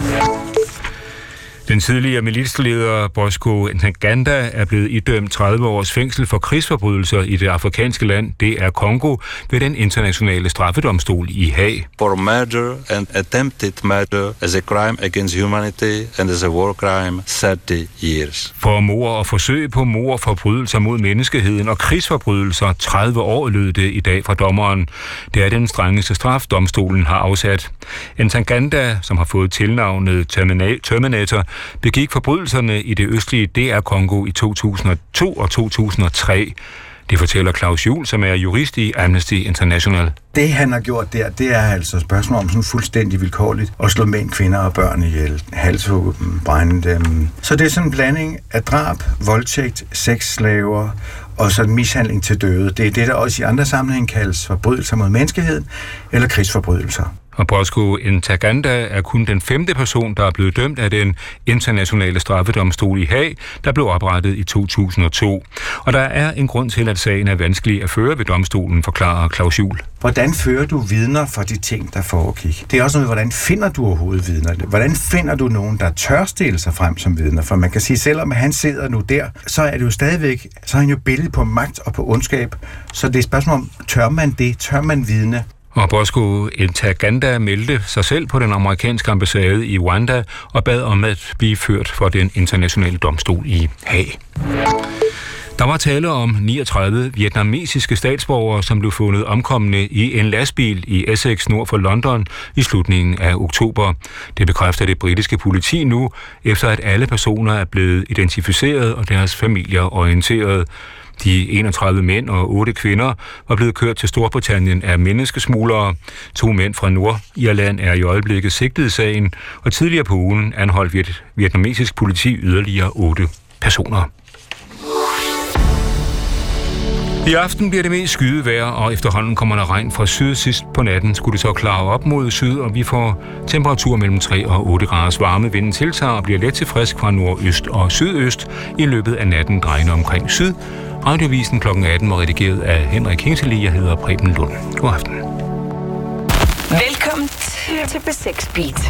Den tidligere militsleder Bosco Ntaganda er blevet idømt 30 års fængsel for krigsforbrydelser i det afrikanske land, det er Kongo, ved den internationale straffedomstol i Haag. For murder and attempted murder as a crime against humanity and as a war crime 30 years. For mord og forsøg på mord, forbrydelser mod menneskeheden og krigsforbrydelser 30 år lød det i dag fra dommeren. Det er den strengeste straf, domstolen har afsat. Ntaganda, som har fået tilnavnet Terminator, begik forbrydelserne i det østlige DR Kongo i 2002 og 2003. Det fortæller Claus Juhl, som er jurist i Amnesty International. Det, han har gjort der, det er altså spørgsmål om sådan fuldstændig vilkårligt at slå mænd, kvinder og børn ihjel, halshugge dem, brænde dem. Så det er sådan en blanding af drab, voldtægt, sexslaver og så mishandling til døde. Det er det, der også i andre sammenhæng kaldes forbrydelser mod menneskeheden eller krigsforbrydelser. Og Bosco Ntaganda er kun den 5. person, der er blevet dømt af den internationale straffedomstol i Haag, der blev oprettet i 2002. Og der er en grund til, at sagen er vanskelig at føre ved domstolen, forklarer Claus Juhl. Hvordan fører du vidner for de ting, der foregik? Det er også noget, hvordan finder du overhovedet vidner? Hvordan finder du nogen, der tør stille sig frem som vidner? For man kan sige, selvom han sidder nu der, så er det jo stadigvæk, så er han jo billede på magt og på ondskab. Så det er et spørgsmål om, tør man det? Tør man vidne? Og Bosco Ntaganda meldte sig selv på den amerikanske ambassade i Rwanda og bad om at blive ført for den internationale domstol i Haag. Der var tale om 39 vietnamesiske statsborgere, som blev fundet omkomne i en lastbil i Essex nord for London i slutningen af oktober. Det bekræfter det britiske politi nu, efter at alle personer er blevet identificeret og deres familier orienteret. De 31 mænd og 8 kvinder var blevet kørt til Storbritannien af menneskesmuglere. 2 mænd fra Nordirland er i øjeblikket sigtet i sagen, og tidligere på ugen anholdt vietnamesisk politi yderligere 8 personer. I aften bliver det mest skydevejr, og efterhånden kommer der regn fra syd. Sidst på natten skulle det så klare op mod syd, og vi får temperatur mellem 3 og 8 graders varme. Vinden tiltager og bliver let til frisk fra nordøst og sydøst. I løbet af natten drejende omkring syd Radiovisen kl. 18 var redigeret af Henrik Hingseli. Jeg hedder Preben Lund. God aften. Velkommen til B6 Beat.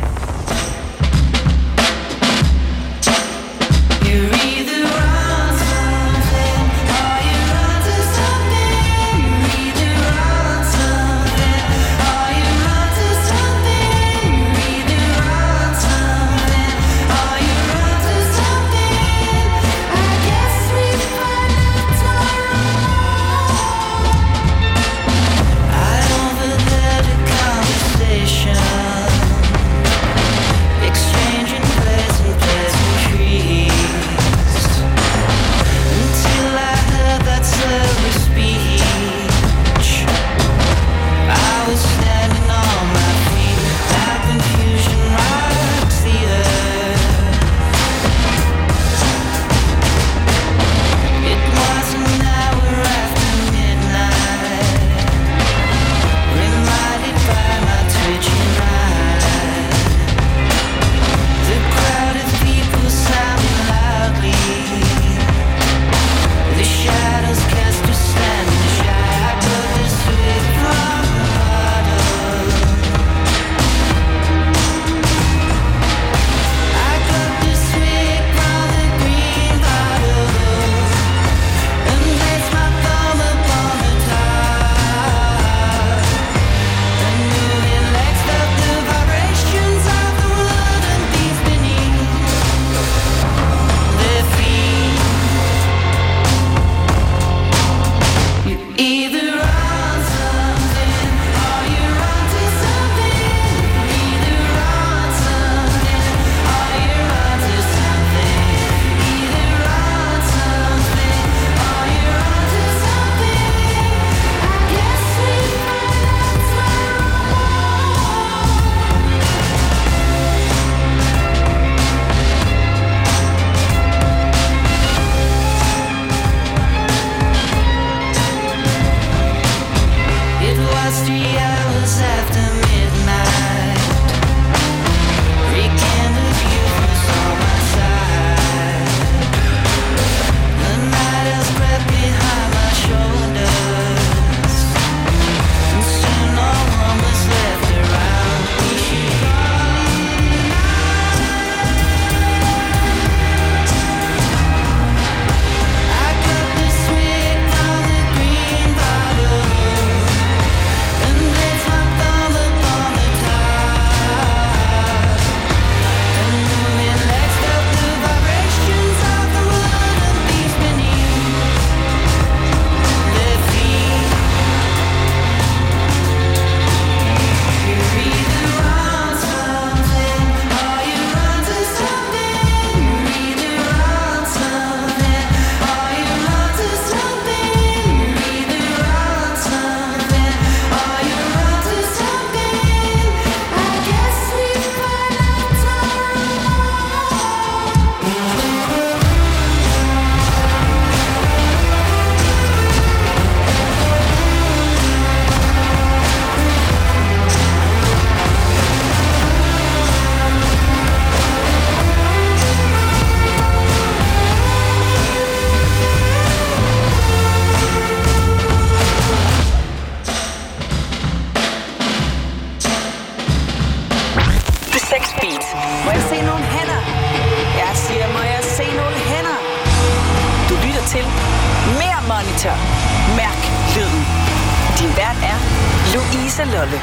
til Mere Monitor. Mærk lyden. Din vært er Louise Lolle.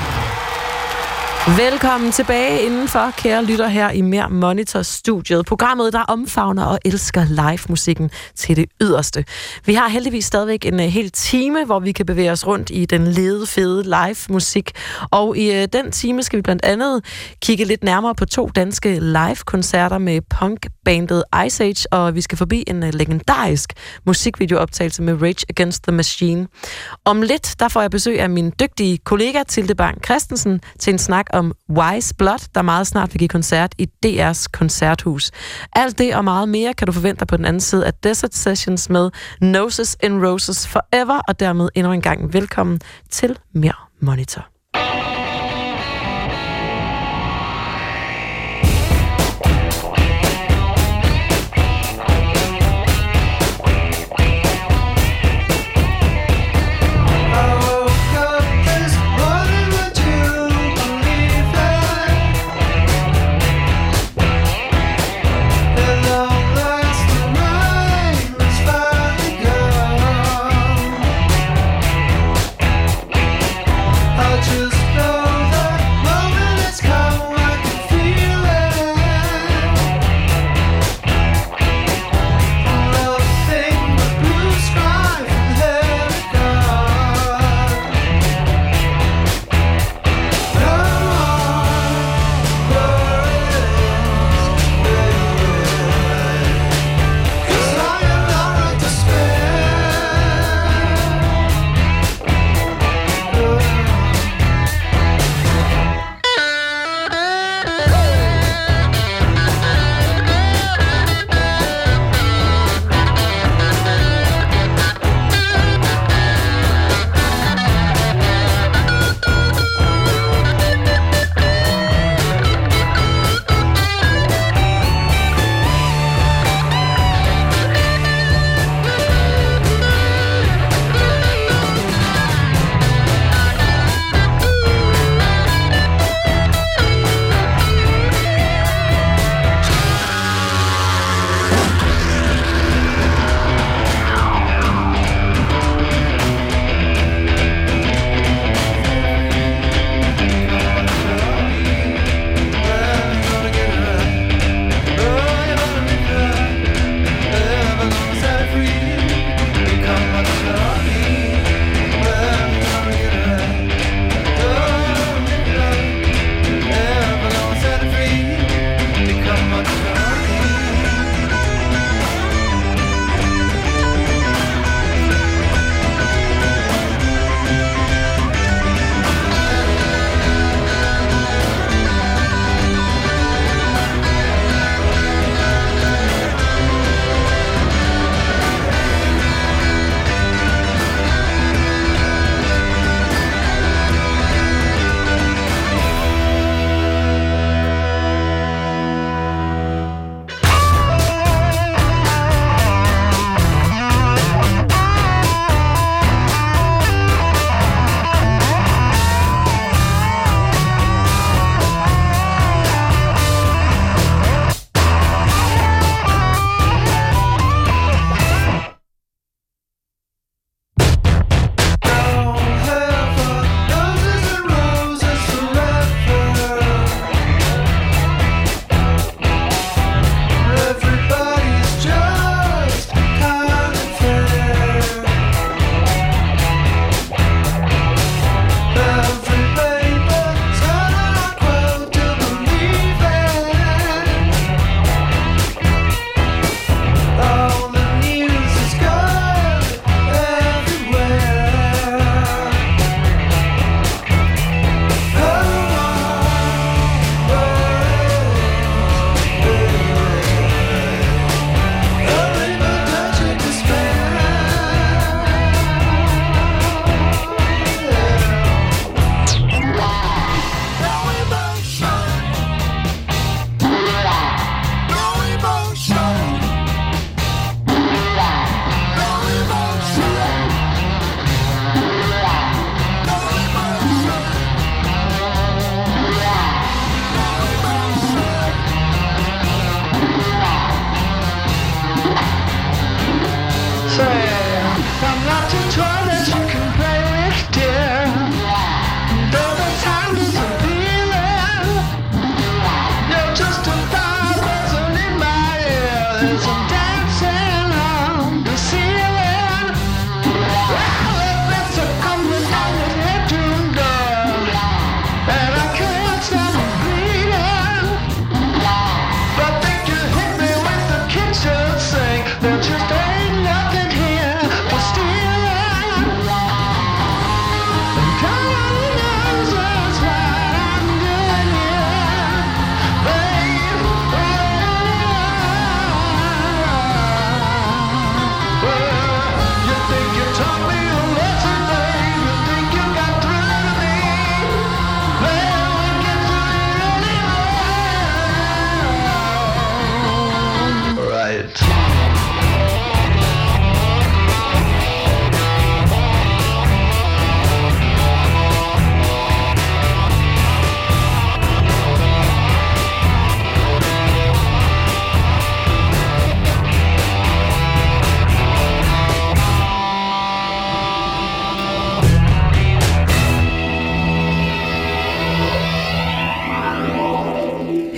Velkommen tilbage indenfor, kære lytter, her i Mere Monitor-studiet. Programmet, der omfavner og elsker live-musikken til det yderste. Vi har heldigvis stadigvæk en hel time, hvor vi kan bevæge os rundt i den lede, fede live-musik. Og i den time skal vi blandt andet kigge lidt nærmere på 2 danske live-koncerter med punkbandet Ice Age, og vi skal forbi en legendarisk musikvideooptagelse med Rage Against the Machine. Om lidt, der får jeg besøg af min dygtige kollega Tilde Bang Christensen til en snak om Wise Blood, der meget snart vil give koncert i DR's koncerthus. Alt det og meget mere kan du forvente dig på den anden side af Desert Sessions med Noses in Roses Forever, og dermed endnu en gang velkommen til Mere Monitor.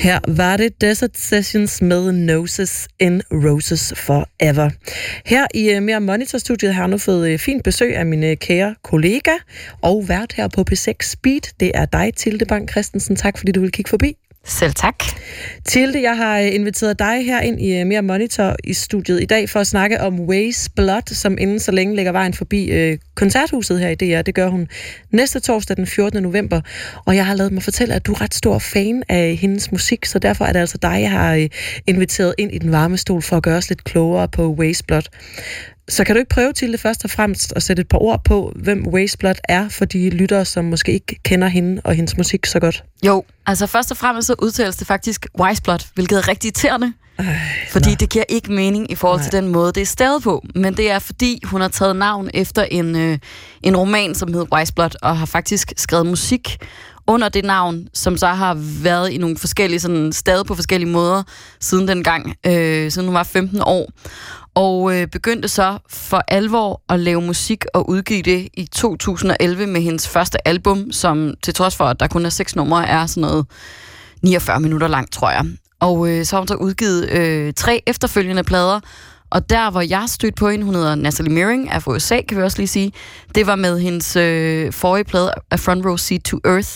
Her var det Desert Sessions med Noses in Roses Forever. Her i Mere Monitor-studiet har jeg nu fået fint besøg af mine kære kollega og vært her på P6 Speed. Det er dig, Tilde Bang Christensen. Tak fordi du vil kigge forbi. Selv tak. Tilde, jeg har inviteret dig her ind i Mere Monitor i studiet i dag for at snakke om Ways Blood, som inden så længe lægger vejen forbi koncerthuset her i DR. Det gør hun næste torsdag den 14. november. Og jeg har ladet mig fortælle, at du er ret stor fan af hendes musik, så derfor er det altså dig, jeg har inviteret ind i den varme stol for at gøre os lidt klogere på Ways Blood. Så kan du ikke prøve til det først og fremmest at sætte et par ord på, hvem Ways Blood er for de lyttere, som måske ikke kender hende og hendes musik så godt? Jo, altså først og fremmest så udtales det faktisk Wise Blood, hvilket er rigtig irriterende. Fordi det giver ikke mening i forhold til den måde, det er stavet på. Men det er fordi, hun har taget navn efter en roman, som hedder Wise Blood, og har faktisk skrevet musik under det navn, som så har været i nogle forskellige, sådan stadig på forskellige måder, siden dengang, siden hun var 15 år. Og begyndte så for alvor at lave musik og udgive det i 2011 med hendes første album, som til trods for, at der kun er 6 numre, er sådan noget 49 minutter langt, tror jeg. Og så har hun så udgivet 3 efterfølgende plader, og der, hvor jeg stødte på hende, hun hedder Natalie Mearing, er fra USA, kan vi også lige sige, det var med hendes forrige plade, A Front Row Seat to Earth,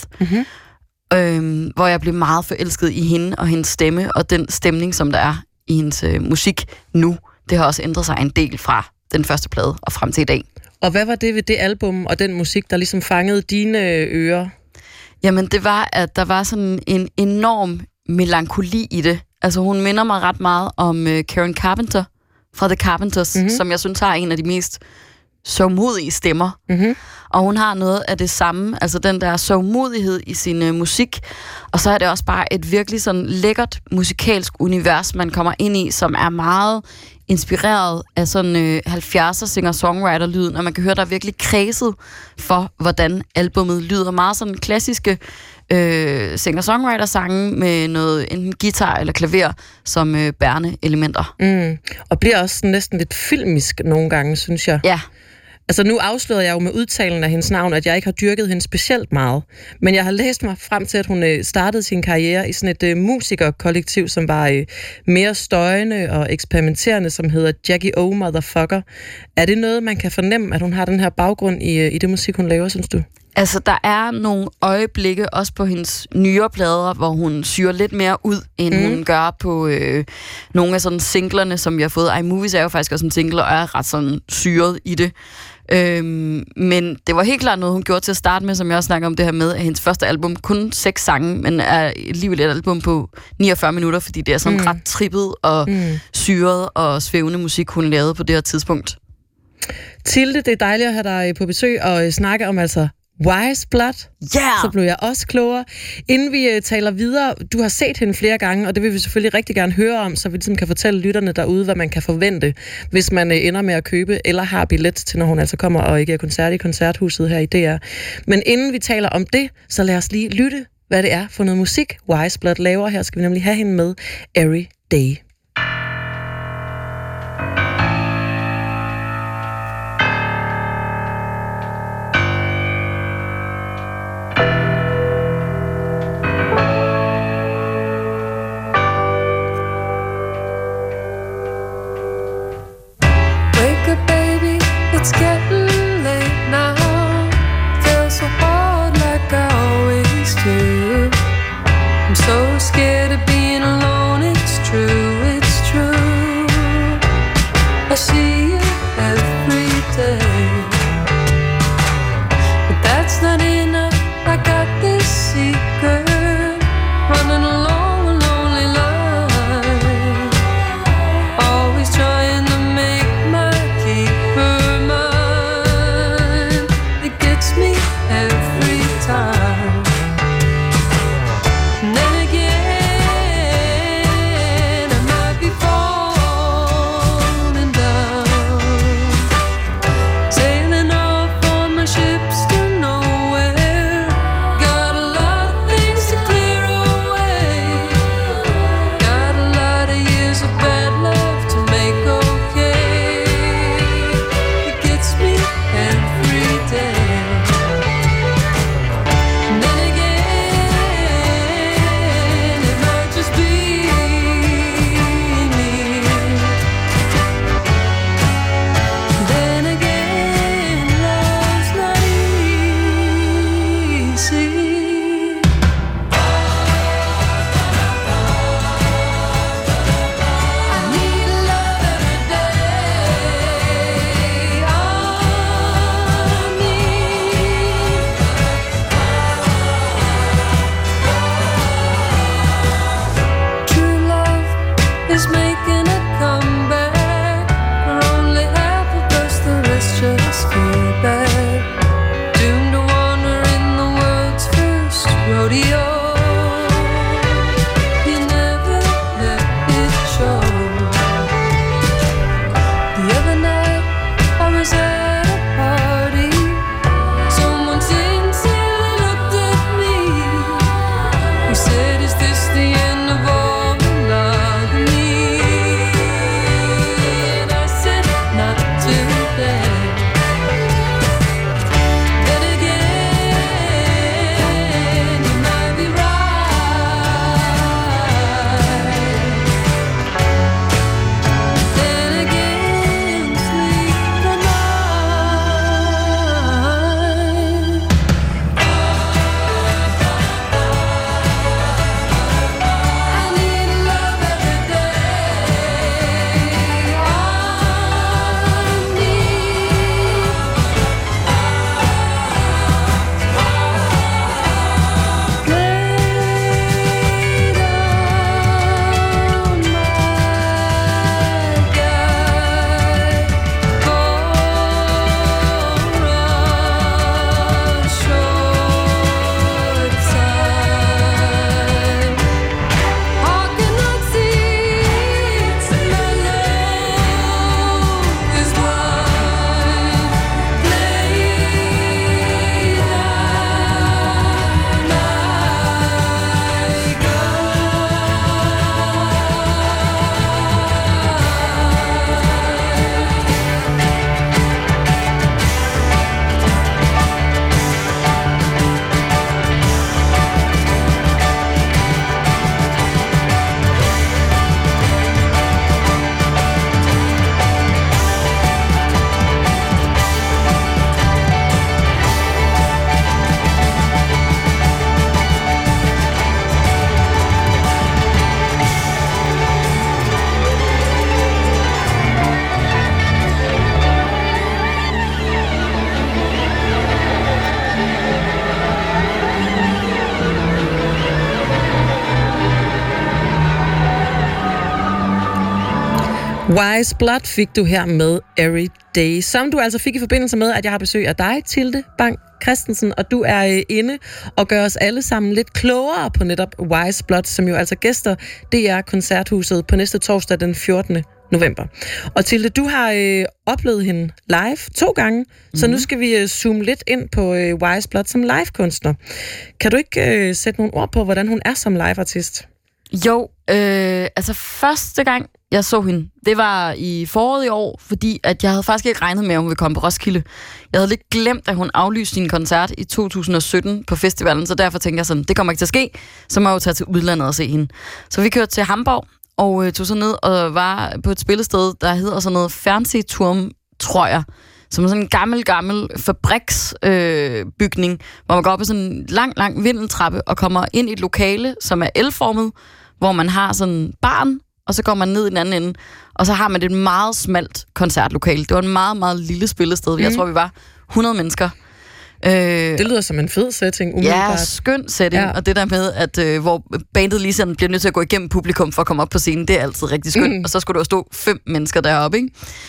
hvor jeg blev meget forelsket i hende og hendes stemme, og den stemning, som der er i hendes musik nu. Det har også ændret sig en del fra den første plade og frem til i dag. Og hvad var det ved det album og den musik, der ligesom fangede dine ører? Jamen, det var, at der var sådan en enorm melankoli i det. Altså, hun minder mig ret meget om Karen Carpenter fra The Carpenters, som jeg synes har en af de mest sørgmodige stemmer. Og hun har noget af det samme, altså den der sørgmodighed i sin musik. Og så er det også bare et virkelig sådan lækkert musikalsk univers, man kommer ind i, som er meget inspireret af sådan 70'er singer-songwriter-lyden, og man kan høre, der er virkelig kredset for, hvordan albummet lyder. Meget sådan klassiske singer-songwriter-sange med noget enten guitar eller klaver som bærende elementer. Og bliver også næsten lidt filmisk nogle gange, synes jeg. Ja. Altså nu afslørede jeg jo med udtalen af hendes navn, at jeg ikke har dyrket hende specielt meget. Men jeg har læst mig frem til, at hun startede sin karriere i sådan et musikerkollektiv, som var mere støjende og eksperimenterende, som hedder Jackie O Motherfucker. Er det noget, man kan fornemme, at hun har den her baggrund i det musik, hun laver, synes du? Altså, der er nogle øjeblikke, også på hendes nyere plader, hvor hun syrer lidt mere ud, end hun gør på nogle af sådan singlerne, som vi har fået. iMovies er jo faktisk også en single, og er ret sådan syret i det. Men det var helt klart noget, hun gjorde til at starte med, som jeg også snakker om det her med, at hendes første album, kun 6 sange, men er alligevel et album på 49 minutter, fordi det er sådan ret trippet og syret og svævende musik, hun lavede på det her tidspunkt. Tilde, det er dejligt at have dig på besøg og snakke om altså Wise Blood. Så blev jeg også klogere. Inden vi taler videre, du har set hende flere gange, og det vil vi selvfølgelig rigtig gerne høre om, så vi ligesom kan fortælle lytterne derude, hvad man kan forvente, hvis man ender med at købe eller har billet til, når hun altså kommer og giver koncert i koncerthuset her i DR. Men inden vi taler om det, så lad os lige lytte, hvad det er for noget musik, Wise Blood laver. Her skal vi nemlig have hende med Every Day. It's getting late now. Feels so hard like I always do. I'm so scared of being alone. It's true, it's true. I see you every day, but that's not enough. I got this secret running along a lonely line, always trying to make my keeper. Me every time. And then again Wise Blood fik du her med Every Day, som du altså fik i forbindelse med, at jeg har besøg af dig, Tilde Bang Christensen, og du er inde og gør os alle sammen lidt klogere på netop Wise Blood, som jo altså gæster DR Koncerthuset på næste torsdag den 14. november. Og Tilde, du har oplevet hende live 2 gange, så nu skal vi zoome lidt ind på Wise Blood som livekunstner. Kan du ikke sætte nogle ord på, hvordan hun er som liveartist? Jo, altså første gang, jeg så hende, det var i foråret i år, fordi at jeg havde faktisk ikke regnet med, at hun ville komme på Roskilde. Jeg havde lidt glemt, at hun aflyste sin koncert i 2017 på festivalen, så derfor tænkte jeg sådan, det kommer ikke til at ske, så må jeg jo tage til udlandet og se hende. Så vi kørte til Hamburg, og tog så ned og var på et spillested, der hedder sådan noget Fernsehturm, tror jeg, som er sådan en gammel fabriksbygning, hvor man går op ad sådan en lang vindeltrappe og kommer ind i et lokale, som er L-formet, hvor man har sådan en barn, og så går man ned i den anden ende, og så har man et meget smalt koncertlokale. Det var en meget, meget lille spillested. Jeg tror, vi var 100 mennesker. Det lyder som en fed setting, umiddelbart. Ja, skøn setting. Ja. Og det der med, at hvor bandet lige sådan bliver nødt til at gå igennem publikum for at komme op på scenen, det er altid rigtig skønt. Og så skulle der stå 5 mennesker deroppe,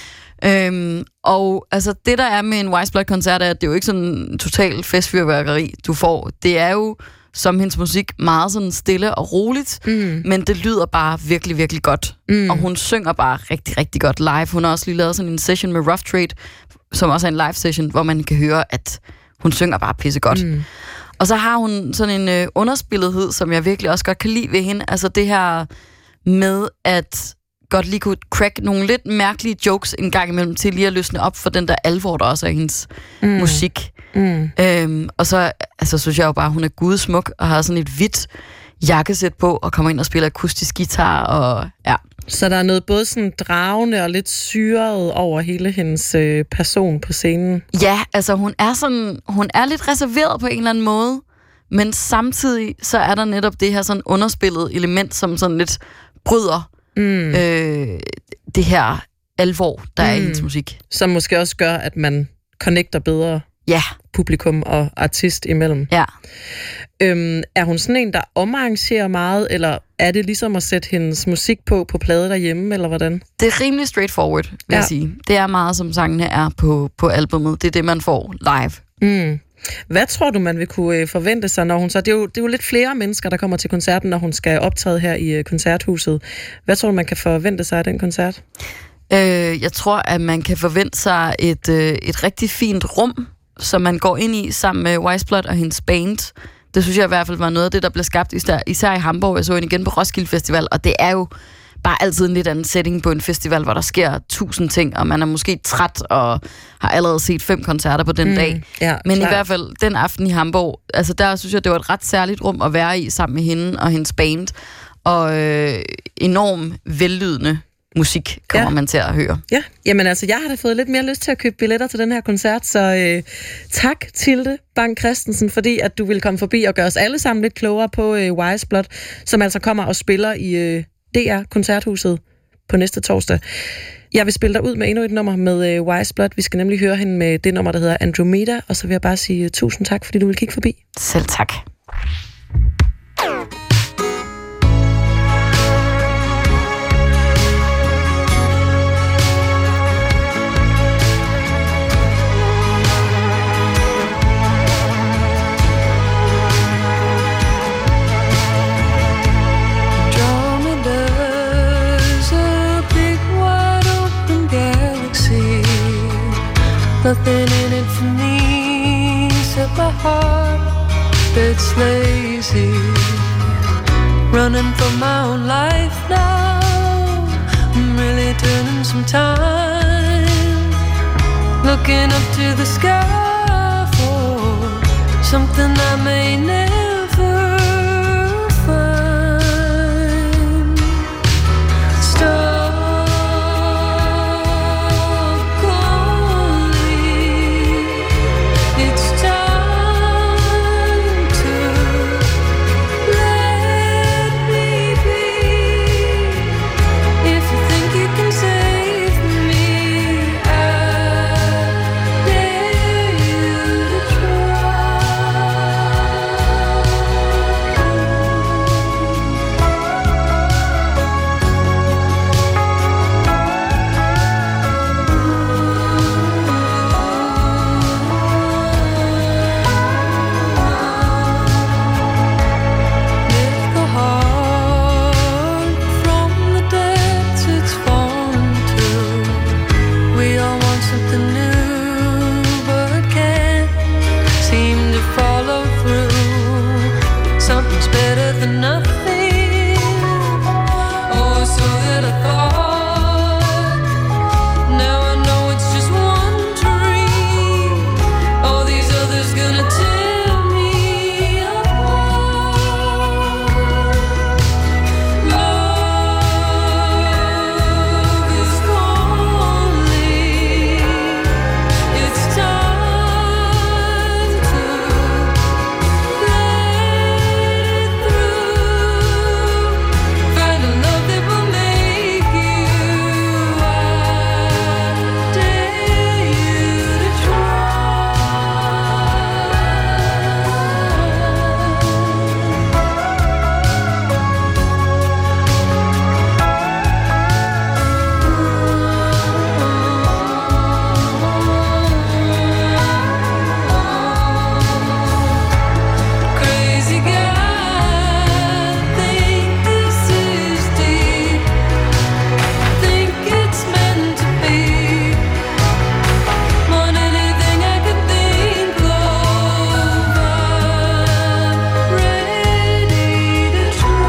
ikke? Og altså det der er med en Wise Blood-koncert, er, at det er jo ikke sådan en total festfyrværkeri, du får. Det er jo som hendes musik meget sådan stille og roligt, men det lyder bare virkelig, virkelig godt. Og hun synger bare rigtig, rigtig godt live. Hun har også lige lavet sådan en session med Rough Trade, som også er en live session, hvor man kan høre, at hun synger bare pissegodt. Og så har hun sådan en underspillethed, som jeg virkelig også godt kan lide ved hende. Altså det her med, at godt lige kunne crack nogle lidt mærkelige jokes en gang imellem, til lige at løsne op for den der alvor, der også er hendes musik. Og så altså, synes jeg jo bare, at hun er gudsmuk, og har sådan et hvidt jakkesæt på, og kommer ind og spiller akustisk guitar, og ja. Så der er noget både sådan dragende og lidt syret over hele hendes person på scenen. Ja, altså hun er lidt reserveret på en eller anden måde, men samtidig så er der netop det her sådan underspillede element, som sådan lidt bryder det her alvor, der er i hendes musik. Som måske også gør, at man connecter bedre publikum og artist imellem. Ja. Er hun sådan en, der omarrangerer meget, eller er det ligesom at sætte hendes musik på plade derhjemme, eller hvordan? Det er rimelig straightforward, vil jeg sige. Det er meget, som sangene er på albumet. Det er det, man får live. Hvad tror du, man vil kunne forvente sig, når hun så... Det er jo lidt flere mennesker, der kommer til koncerten, når hun skal optræde her i Koncerthuset. Hvad tror du, man kan forvente sig af den koncert? Jeg tror, at man kan forvente sig et rigtig fint rum, som man går ind i sammen med Wise Blood og hendes band. Det synes jeg i hvert fald var noget af det, der blev skabt, især i Hamburg. Jeg så hende igen på Roskilde Festival, og det er jo bare altid en lidt anden setting på en festival, hvor der sker 1000 ting, og man er måske træt og har allerede set 5 koncerter på den dag. Ja, men i hvert fald den aften i Hamburg, altså der synes jeg, det var et ret særligt rum at være i sammen med hende og hendes band, og enormt vellydende musik kommer man til at høre. Ja, jamen altså, jeg har da fået lidt mere lyst til at købe billetter til den her koncert, så tak Tilde Bang Christensen, fordi at du ville komme forbi og gøre os alle sammen lidt klogere på Wise Blood, som altså kommer og spiller i DR Koncerthuset på næste torsdag. Jeg vil spille dig ud med endnu et nummer med Wise Blood. Vi skal nemlig høre hende med det nummer, der hedder Andromeda, og så vil jeg bare sige tusind tak, fordi du vil kigge forbi. Selv tak. Nothing in it for me except my heart that's lazy. Running from my own life now, I'm really turning some time. Looking up to the sky for something I may never find. Stop. Try something's better than nothing. Oh, so that I thought. Now I know it's just one dream. All these others gonna tear me apart. Love is calling. It's time to let it through. Find a love that will make you. I dare you to try. Crazy guy, think this is deep. Think it's meant to be. Want anything I could think of. I'm ready to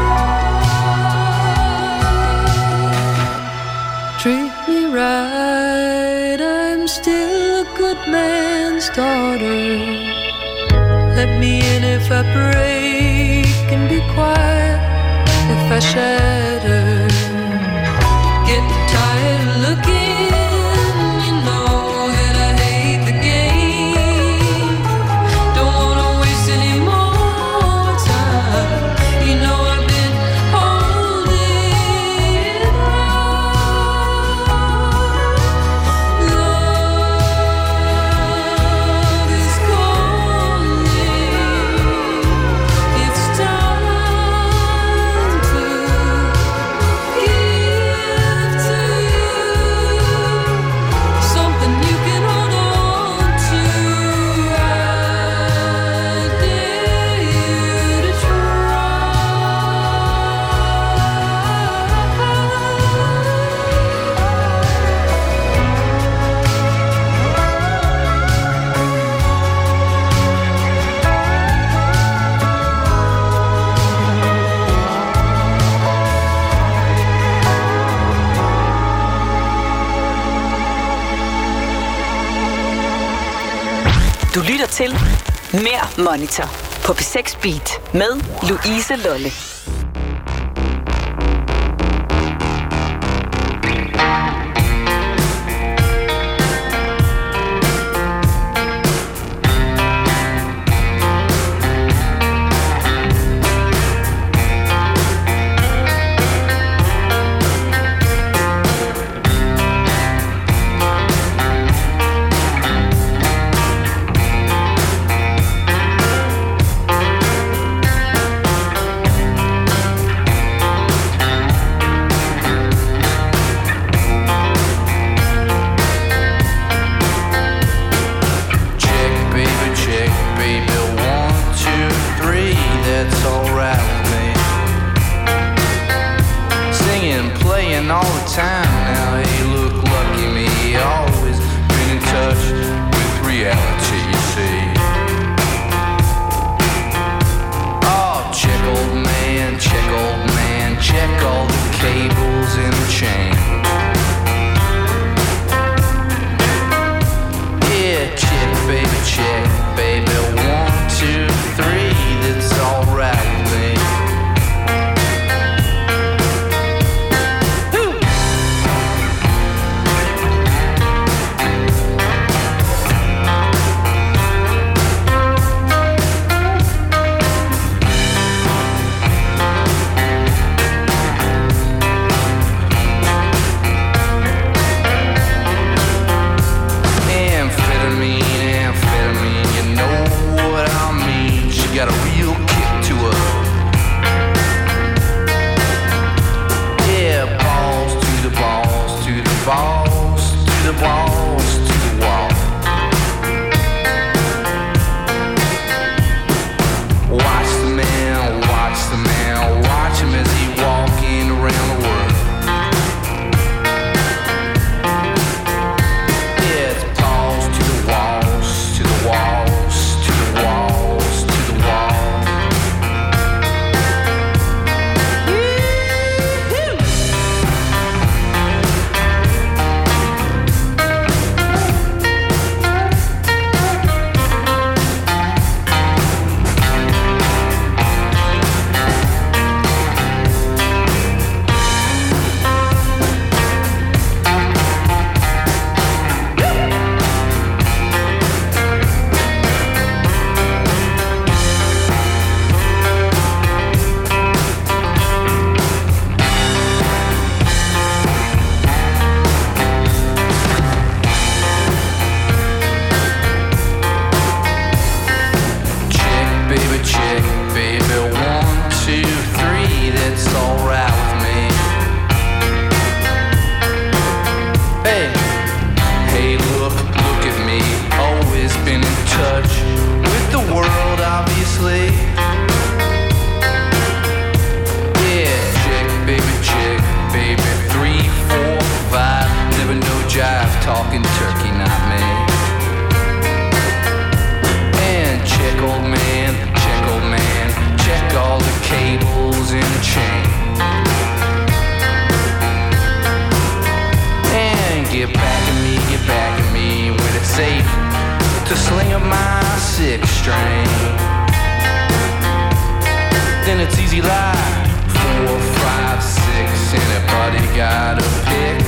try. Treat me right, I'm still a good man's daughter. Let me in if I break, and be quiet if I shatter. Get tired of looking, you know that I hate the game. Don't wanna waste any more time. You know I've been holding on. Love is calling. It's time to give to you something you can hold on to. I dare you to Du lytter til Mere Monitor på P6 Beat med Louise Lolle. it's easy like 4, 5, 6, anybody got a pick?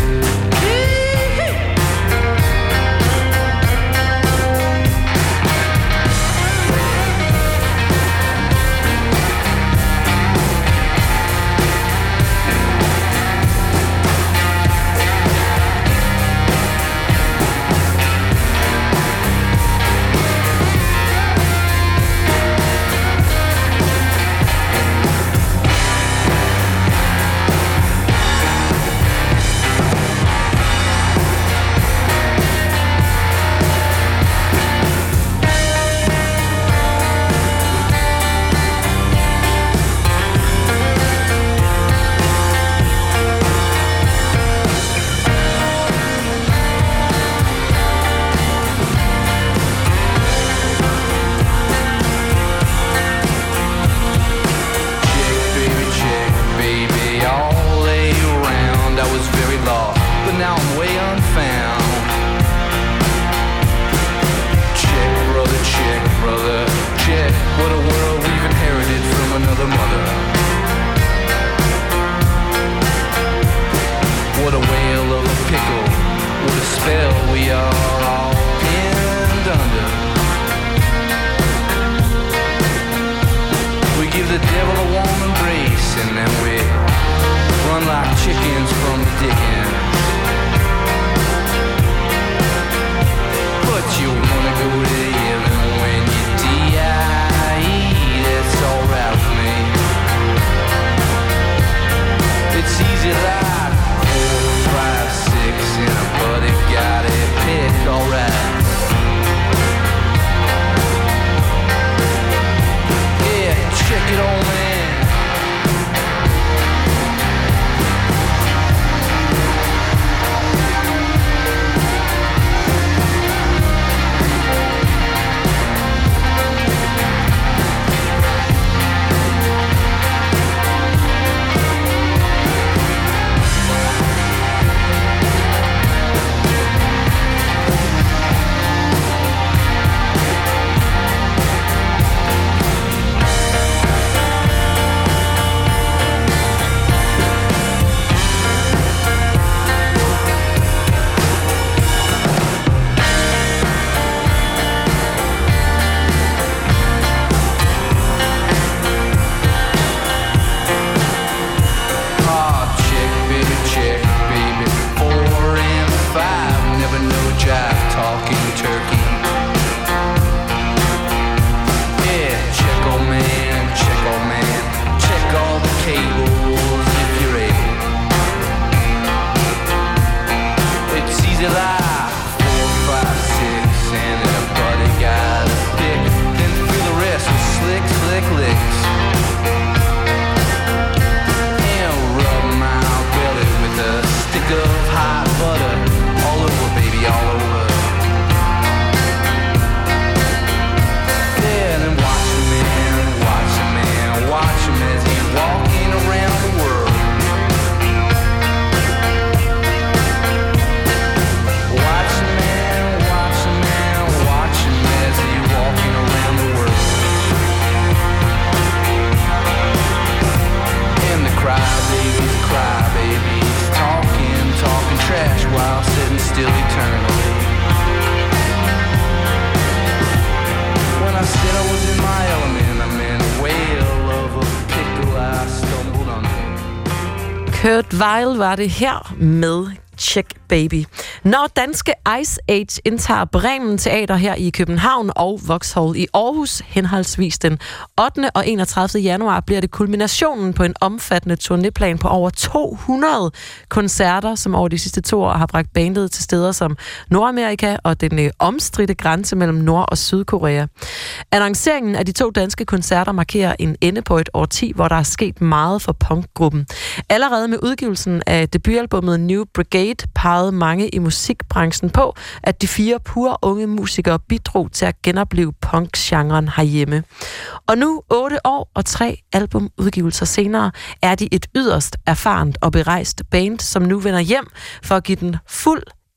Kurt Weill var det her med Check Baby. Når danske Ice Age indtager Bremen Teater her i København og Vauxhall i Aarhus, henholdsvis den 8. og 31. januar, bliver det kulminationen på en omfattende turnéplan på over 200 koncerter, som over de sidste 2 år har bragt bandet til steder som Nordamerika og den omstridte grænse mellem Nord- og Sydkorea. Annonceringen af de 2 danske koncerter markerer en ende på et årti, hvor der er sket meget for punkgruppen. Allerede med udgivelsen af debutalbummet New Brigade pegede mange i musikbranchen på, at de 4 pure unge musikere bidrog til at genopleve punkgenren herhjemme. Og nu, 8 år og 3 albumudgivelser senere, er de et yderst erfarent og berejst band, som nu vender hjem for at give den fuld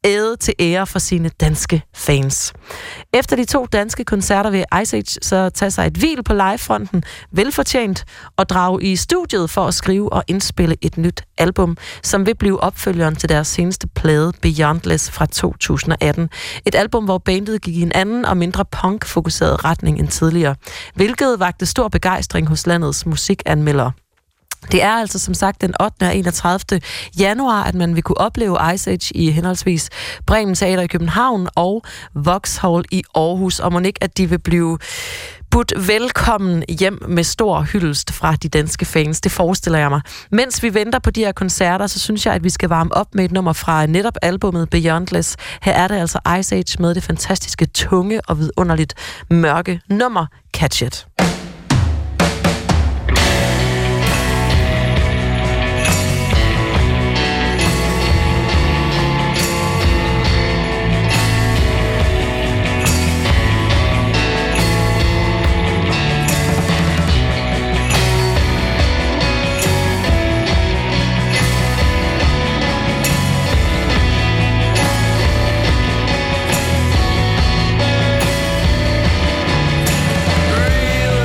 æde til ære for sine danske fans. Efter de 2 danske koncerter vil Ice Age så tage sig et hvil på livefronten, velfortjent, og drage i studiet for at skrive og indspille et nyt album, som vil blive opfølgeren til deres seneste plade Beyondless fra 2018. Et album, hvor bandet gik i en anden og mindre punk-fokuseret retning end tidligere, hvilket vakte stor begejstring hos landets musikanmeldere. Det er altså som sagt den 8. og 31. januar, at man vil kunne opleve Ice Age i henholdsvis Bremen Teater i København og Vauxhall i Aarhus, og må ikke, at de vil blive budt velkommen hjem med stor hyldest fra de danske fans. Det forestiller jeg mig. Mens vi venter på de her koncerter, så synes jeg, at vi skal varme op med et nummer fra netop albummet Beyondless. Her er det altså Ice Age med det fantastiske, tunge og vidunderligt mørke nummer Catch It. Real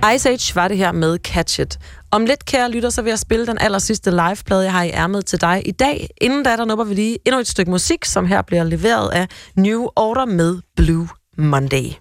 Ice Age var det her med Catch It. Om lidt, kære lytter, så vil jeg spille den aller sidste liveplade, jeg har i ærmet til dig i dag. Inden da, der nupper vi lige endnu et stykke musik, som her bliver leveret af New Order med Blue Monday.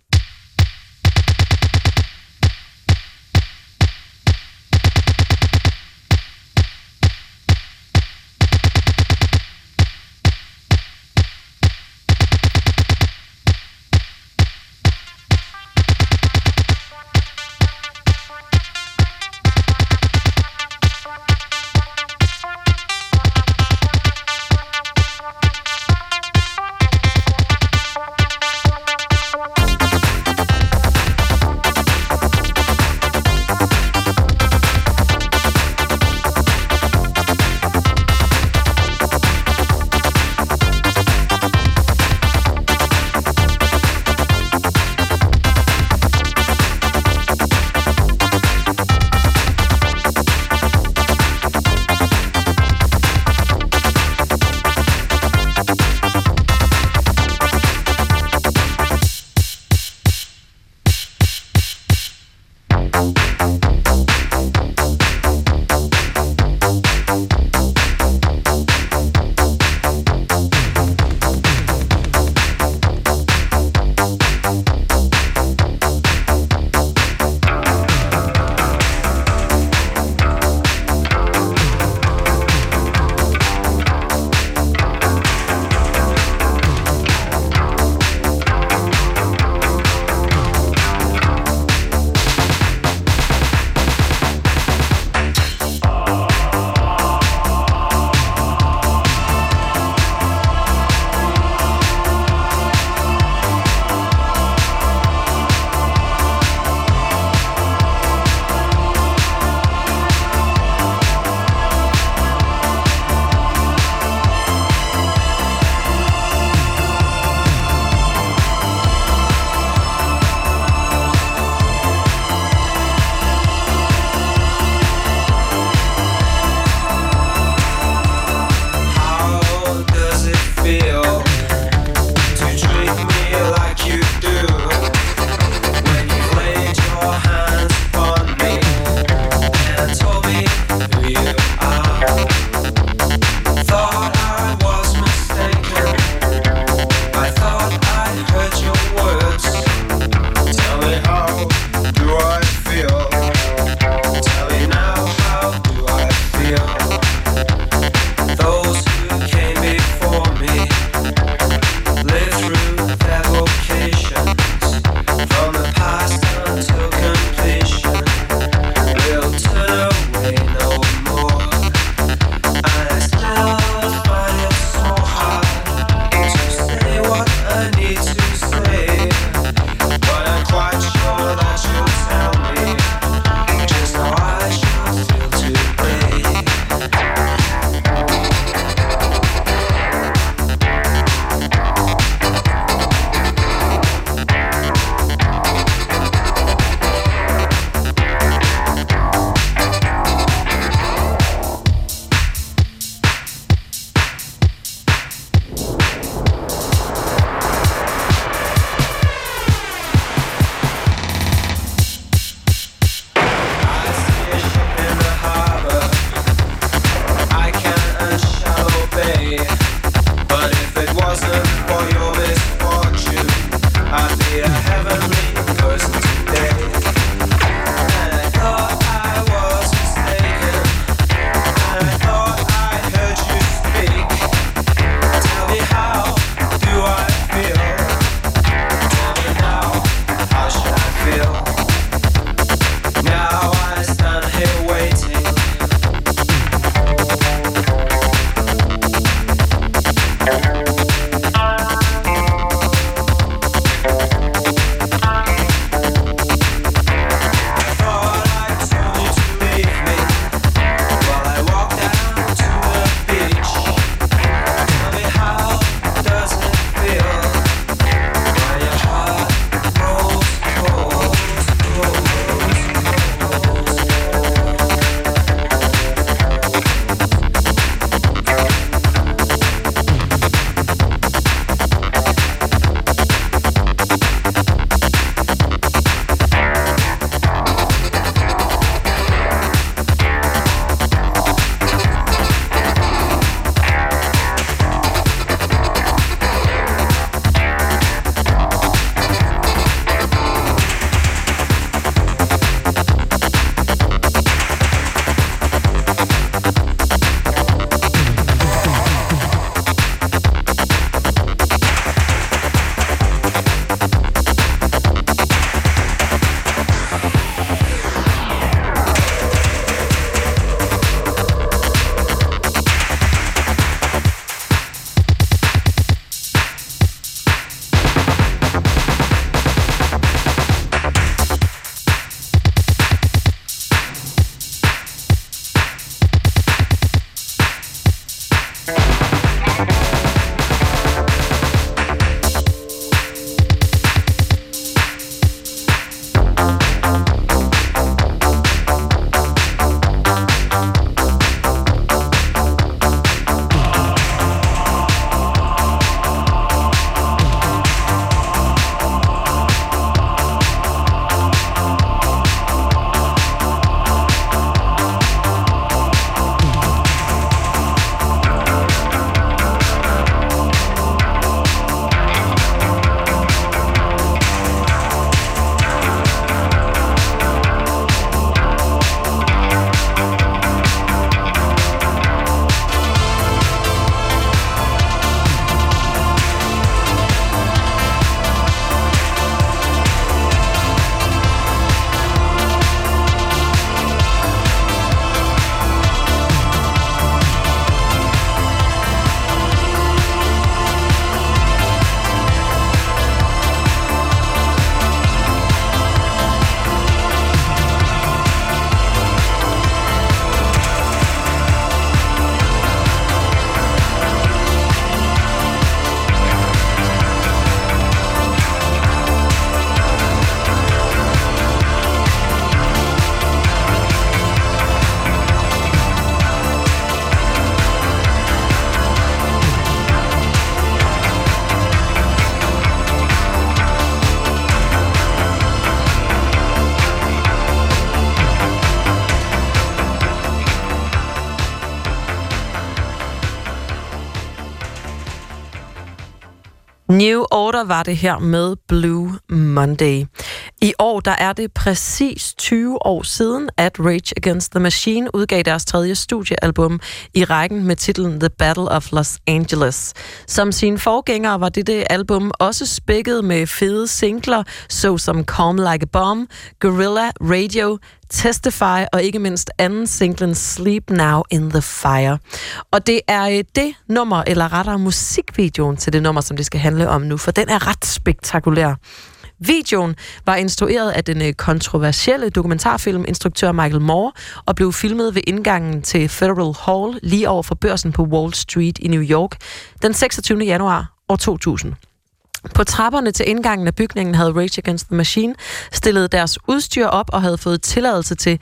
New Order var det her med Blue Monday. I år der er det præcis 20 år siden, at Rage Against the Machine udgav deres 3. studiealbum i rækken med titlen The Battle of Los Angeles. Som sine forgængere var dette album også spækket med fede singler, såsom Calm Like a Bomb, Guerrilla Radio, Testify og ikke mindst anden singlen Sleep Now in the Fire. Og det er det nummer, eller rettere musikvideoen til det nummer, som det skal handle om nu, for den er ret spektakulær. Videoen var instrueret af den kontroversielle dokumentarfilminstruktør Michael Moore og blev filmet ved indgangen til Federal Hall lige over for børsen på Wall Street i New York den 26. januar år 2000. På trapperne til indgangen af bygningen havde Rage Against the Machine stillet deres udstyr op og havde fået tilladelse til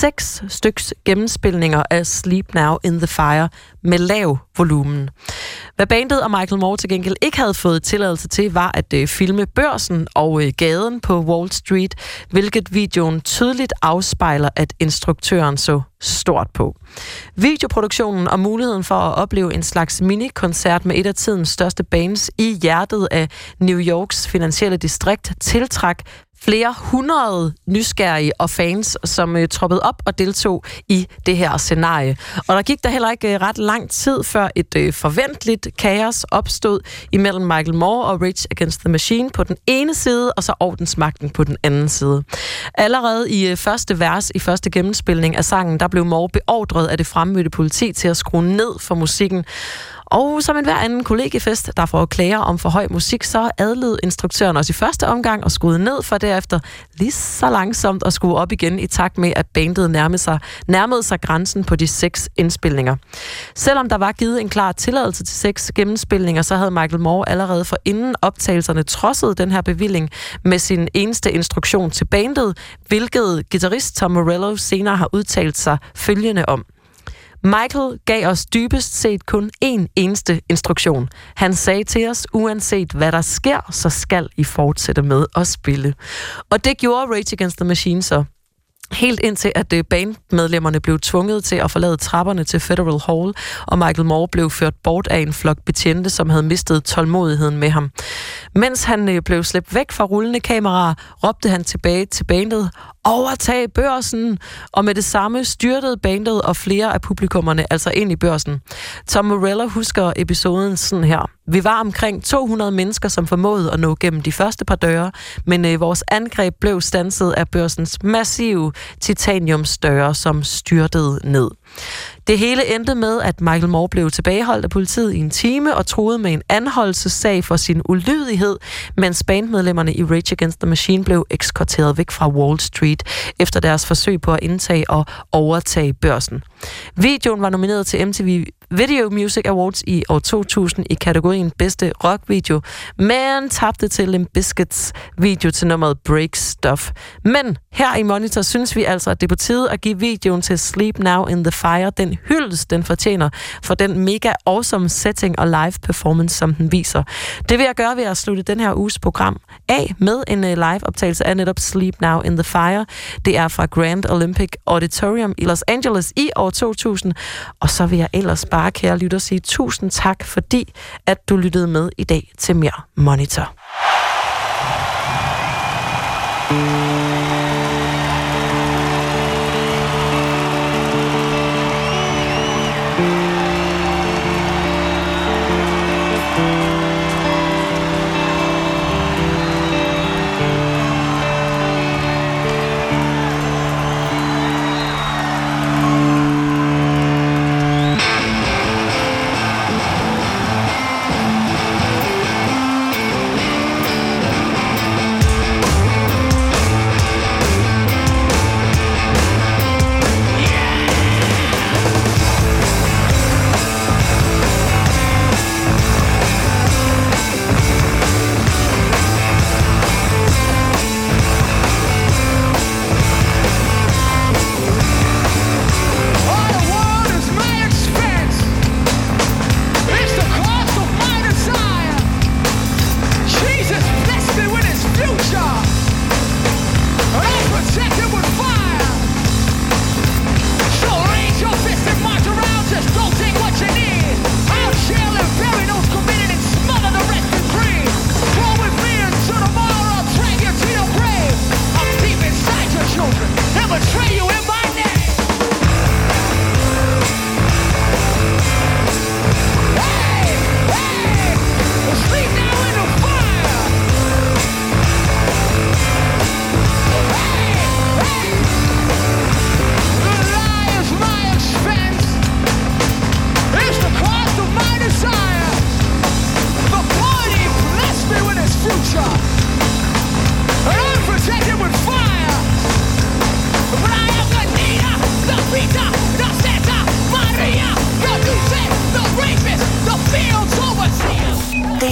6 styks gennemspilninger af Sleep Now in the Fire med lav volumen. Hvad bandet og Michael Moore til gengæld ikke havde fået tilladelse til, var at filme børsen og gaden på Wall Street, hvilket videoen tydeligt afspejler, at instruktøren så stort på. Videoproduktionen og muligheden for at opleve en slags mini-koncert med et af tidens største bands i hjertet af New Yorks finansielle distrikt tiltrak flere hundrede nysgerrige og fans, som troppede op og deltog i det her scenarie. Og der gik der heller ikke ret lang tid, før et forventeligt kaos opstod imellem Michael Moore og Rage Against the Machine på den ene side, og så ordensmagten på den anden side. Allerede i første vers, i første gennemspilning af sangen, der blev Moore beordret af det fremmødte politi til at skrue ned for musikken. Og som en hver anden kollegiefest, der får klager om for høj musik, så adlød instruktøren også i første omgang og skruede ned for derefter lige så langsomt at skrue op igen i takt med, at bandet nærmede sig grænsen på de 6 indspilninger. Selvom der var givet en klar tilladelse til 6 gennemspilninger, så havde Michael Moore allerede for inden optagelserne trodset den her bevilling med sin eneste instruktion til bandet, hvilket guitarist Tom Morello senere har udtalt sig følgende om. Michael gav os dybest set kun én eneste instruktion. Han sagde til os, uanset hvad der sker, så skal I fortsætte med at spille. Og det gjorde Rage Against the Machine så. Helt indtil, at bandmedlemmerne blev tvunget til at forlade trapperne til Federal Hall, og Michael Moore blev ført bort af en flok betjente, som havde mistet tålmodigheden med ham. Mens han blev slæbt væk fra rullende kameraer, råbte han tilbage til bandet, overtag børsen, og med det samme styrtede bandet og flere af publikummerne altså ind i børsen. Tom Morello husker episoden sådan her. Vi var omkring 200 mennesker, som formåede at nå gennem de første par døre, men vores angreb blev standset af børsens massive titaniumsdøre, som styrtede ned. Det hele endte med, at Michael Moore blev tilbageholdt af politiet i en time og truede med en anholdelsessag for sin ulydighed, mens bandmedlemmerne i Rage Against the Machine blev eskorteret væk fra Wall Street efter deres forsøg på at indtage og overtage børsen. Videoen var nomineret til MTV Video Music Awards i år 2000 i kategorien bedste rockvideo, men tabte til Limp Bizkits video til nummeret Break Stuff. Men her i Monitor synes vi altså, at det er på tide at give videoen til Sleep Now in the Fire den hyldest, den fortjener for den mega awesome setting og live performance, som den viser. Det vil jeg gøre ved at slutte den her uges program af med en live optagelse af netop Sleep Now in the Fire. Det er fra Grand Olympic Auditorium i Los Angeles i år 2000. Og så vil jeg ellers bare, kære lytter, sige tusind tak, fordi at du lyttede med i dag til mere Monitor.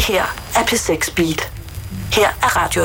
her er P6 Beat. Her er Radio